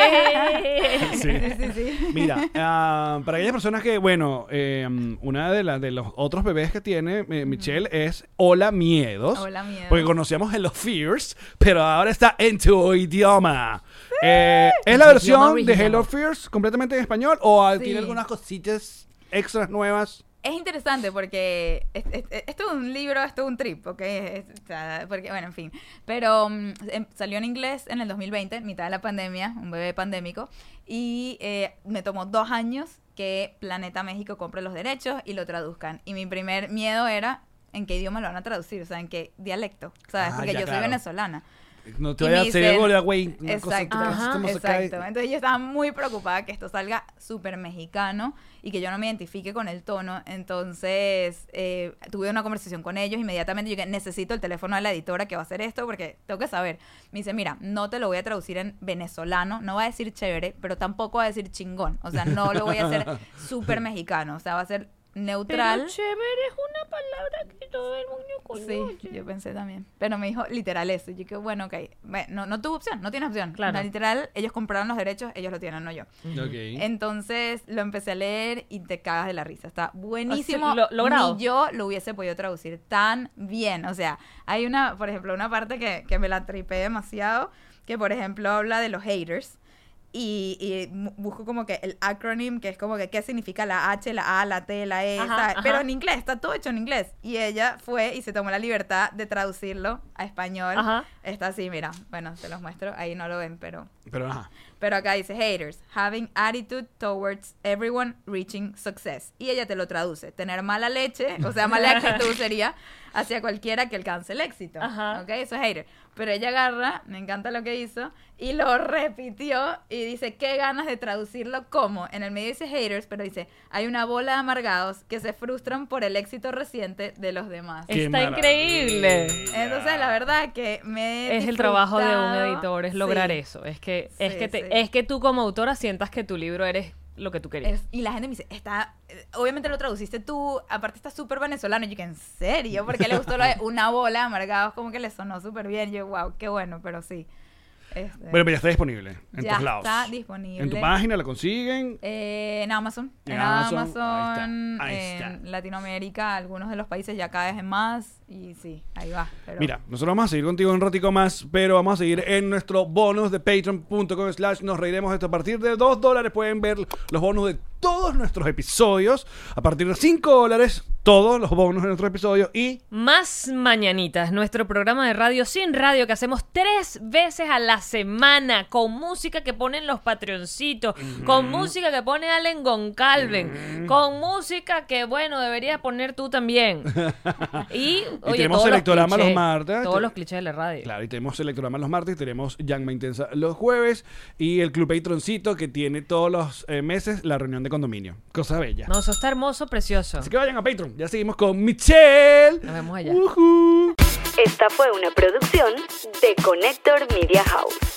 Sí. Sí. Mira, para aquellas personas que, bueno, una de los otros bebés que tiene Michelle es Hola Miedos. Hola, Miedos. Porque conocíamos Hello Fears, pero ahora está en tu idioma. ¿Es la versión de original. Hello Fears completamente en español o Sí. tiene algunas cositas extras nuevas? Es interesante porque esto es un libro, esto es un trip, ¿ok? O sea, porque, bueno, en fin. Pero salió en inglés en el 2020, en mitad de la pandemia, un bebé pandémico, y me tomó 2 años que Planeta México compre los derechos y lo traduzcan. Y mi primer miedo era en qué idioma lo van a traducir, o sea, en qué dialecto, ¿sabes? Ah, Porque ya, yo soy claro. venezolana. No te Y vayas a me hacer dicen- gola, güey. una cosa que Exacto, te- Ajá, como se cae. exacto. Entonces yo estaba muy preocupada que esto salga súper mexicano y que yo no me identifique con el tono. Entonces tuve una conversación con ellos. Inmediatamente yo dije, necesito el teléfono de la editora que va a hacer esto porque tengo que saber. Me dice, mira, no te lo voy a traducir en venezolano, no va a decir chévere, pero tampoco va a decir chingón. O sea, no lo voy a hacer súper mexicano. O sea, va a ser neutral. Pero chévere es una palabra que todo el mundo conoce. Sí, yo pensé también. Pero me dijo literal eso. Yo dije, bueno, ok. No tuve opción, no tienes opción. Claro. No, literal, ellos compraron los derechos, ellos lo tienen, no yo. Ok. Entonces lo empecé a leer y te cagas de la risa. Está buenísimo. O sea, logrado. Ni yo lo hubiese podido traducir tan bien. O sea, hay una, por ejemplo, una parte que me la tripé demasiado, que por ejemplo habla de los haters. Y busco como que el acronym, que es como que qué significa la H, la A, la T, la E, Ajá, ¿sabes? ajá. Pero en inglés, está todo hecho en inglés. Y ella fue y se tomó la libertad de traducirlo a español. Ajá. Está así, mira, bueno, se los muestro, ahí no lo ven, pero Ajá. acá dice haters, having attitude towards everyone reaching success. Y ella te lo traduce, tener mala leche, o sea, mala actitud sería hacia cualquiera que alcance el éxito. Ajá. ¿Ok? Eso es hater. Pero ella agarra, me encanta lo que hizo, y lo repitió y dice, qué ganas de traducirlo como. En el medio dice haters, pero dice, hay una bola de amargados que se frustran por el éxito reciente de los demás. Qué Está maravilla. increíble. Entonces, la verdad que me he Es el trabajo de un disfrutado. editor, es lograr Sí. eso. Es que, Sí, sí. es que tú como autora sientas que tu libro eres lo que tú querías. Y la gente me dice, obviamente lo traduciste tú, aparte está súper venezolano. Y yo que, ¿en serio? Porque le gustó lo de una bola de amargados, como que le sonó súper bien. Yo, wow, qué bueno, pero sí. Bueno, pero ya está disponible en ya todos lados. está disponible. En tu página la consiguen. En Amazon. En En Amazon, Amazon, ahí está. en Latinoamérica, algunos de los países ya cada vez en más. Y sí, ahí va. Pero Mira, nosotros vamos a seguir contigo un ratico más, pero vamos a seguir en nuestro bonus de patreon.com/nos reiremos esto. A partir de $2 pueden ver los bonus de todos nuestros episodios. A partir de $5, todos los bonus de nuestros episodios. Y Más Mañanitas, nuestro programa de radio sin radio que hacemos 3 veces a la semana, con música que ponen los Patreoncitos, con música que pone Allen Goncalven, con música que, bueno, deberías poner tú también. Y, oye, tenemos todos los Electorama los clichés, martes. Todos los clichés de la radio. claro, y tenemos Electorama los martes, tenemos Llama Intensa los jueves y el Club Patroncito que tiene todos los meses la reunión de de condominio. Cosa bella. No, eso está hermoso, precioso. Así que vayan a Patreon. Ya seguimos con Michelle. Nos vemos allá. Ujú. Esta fue una producción de Connector Media House.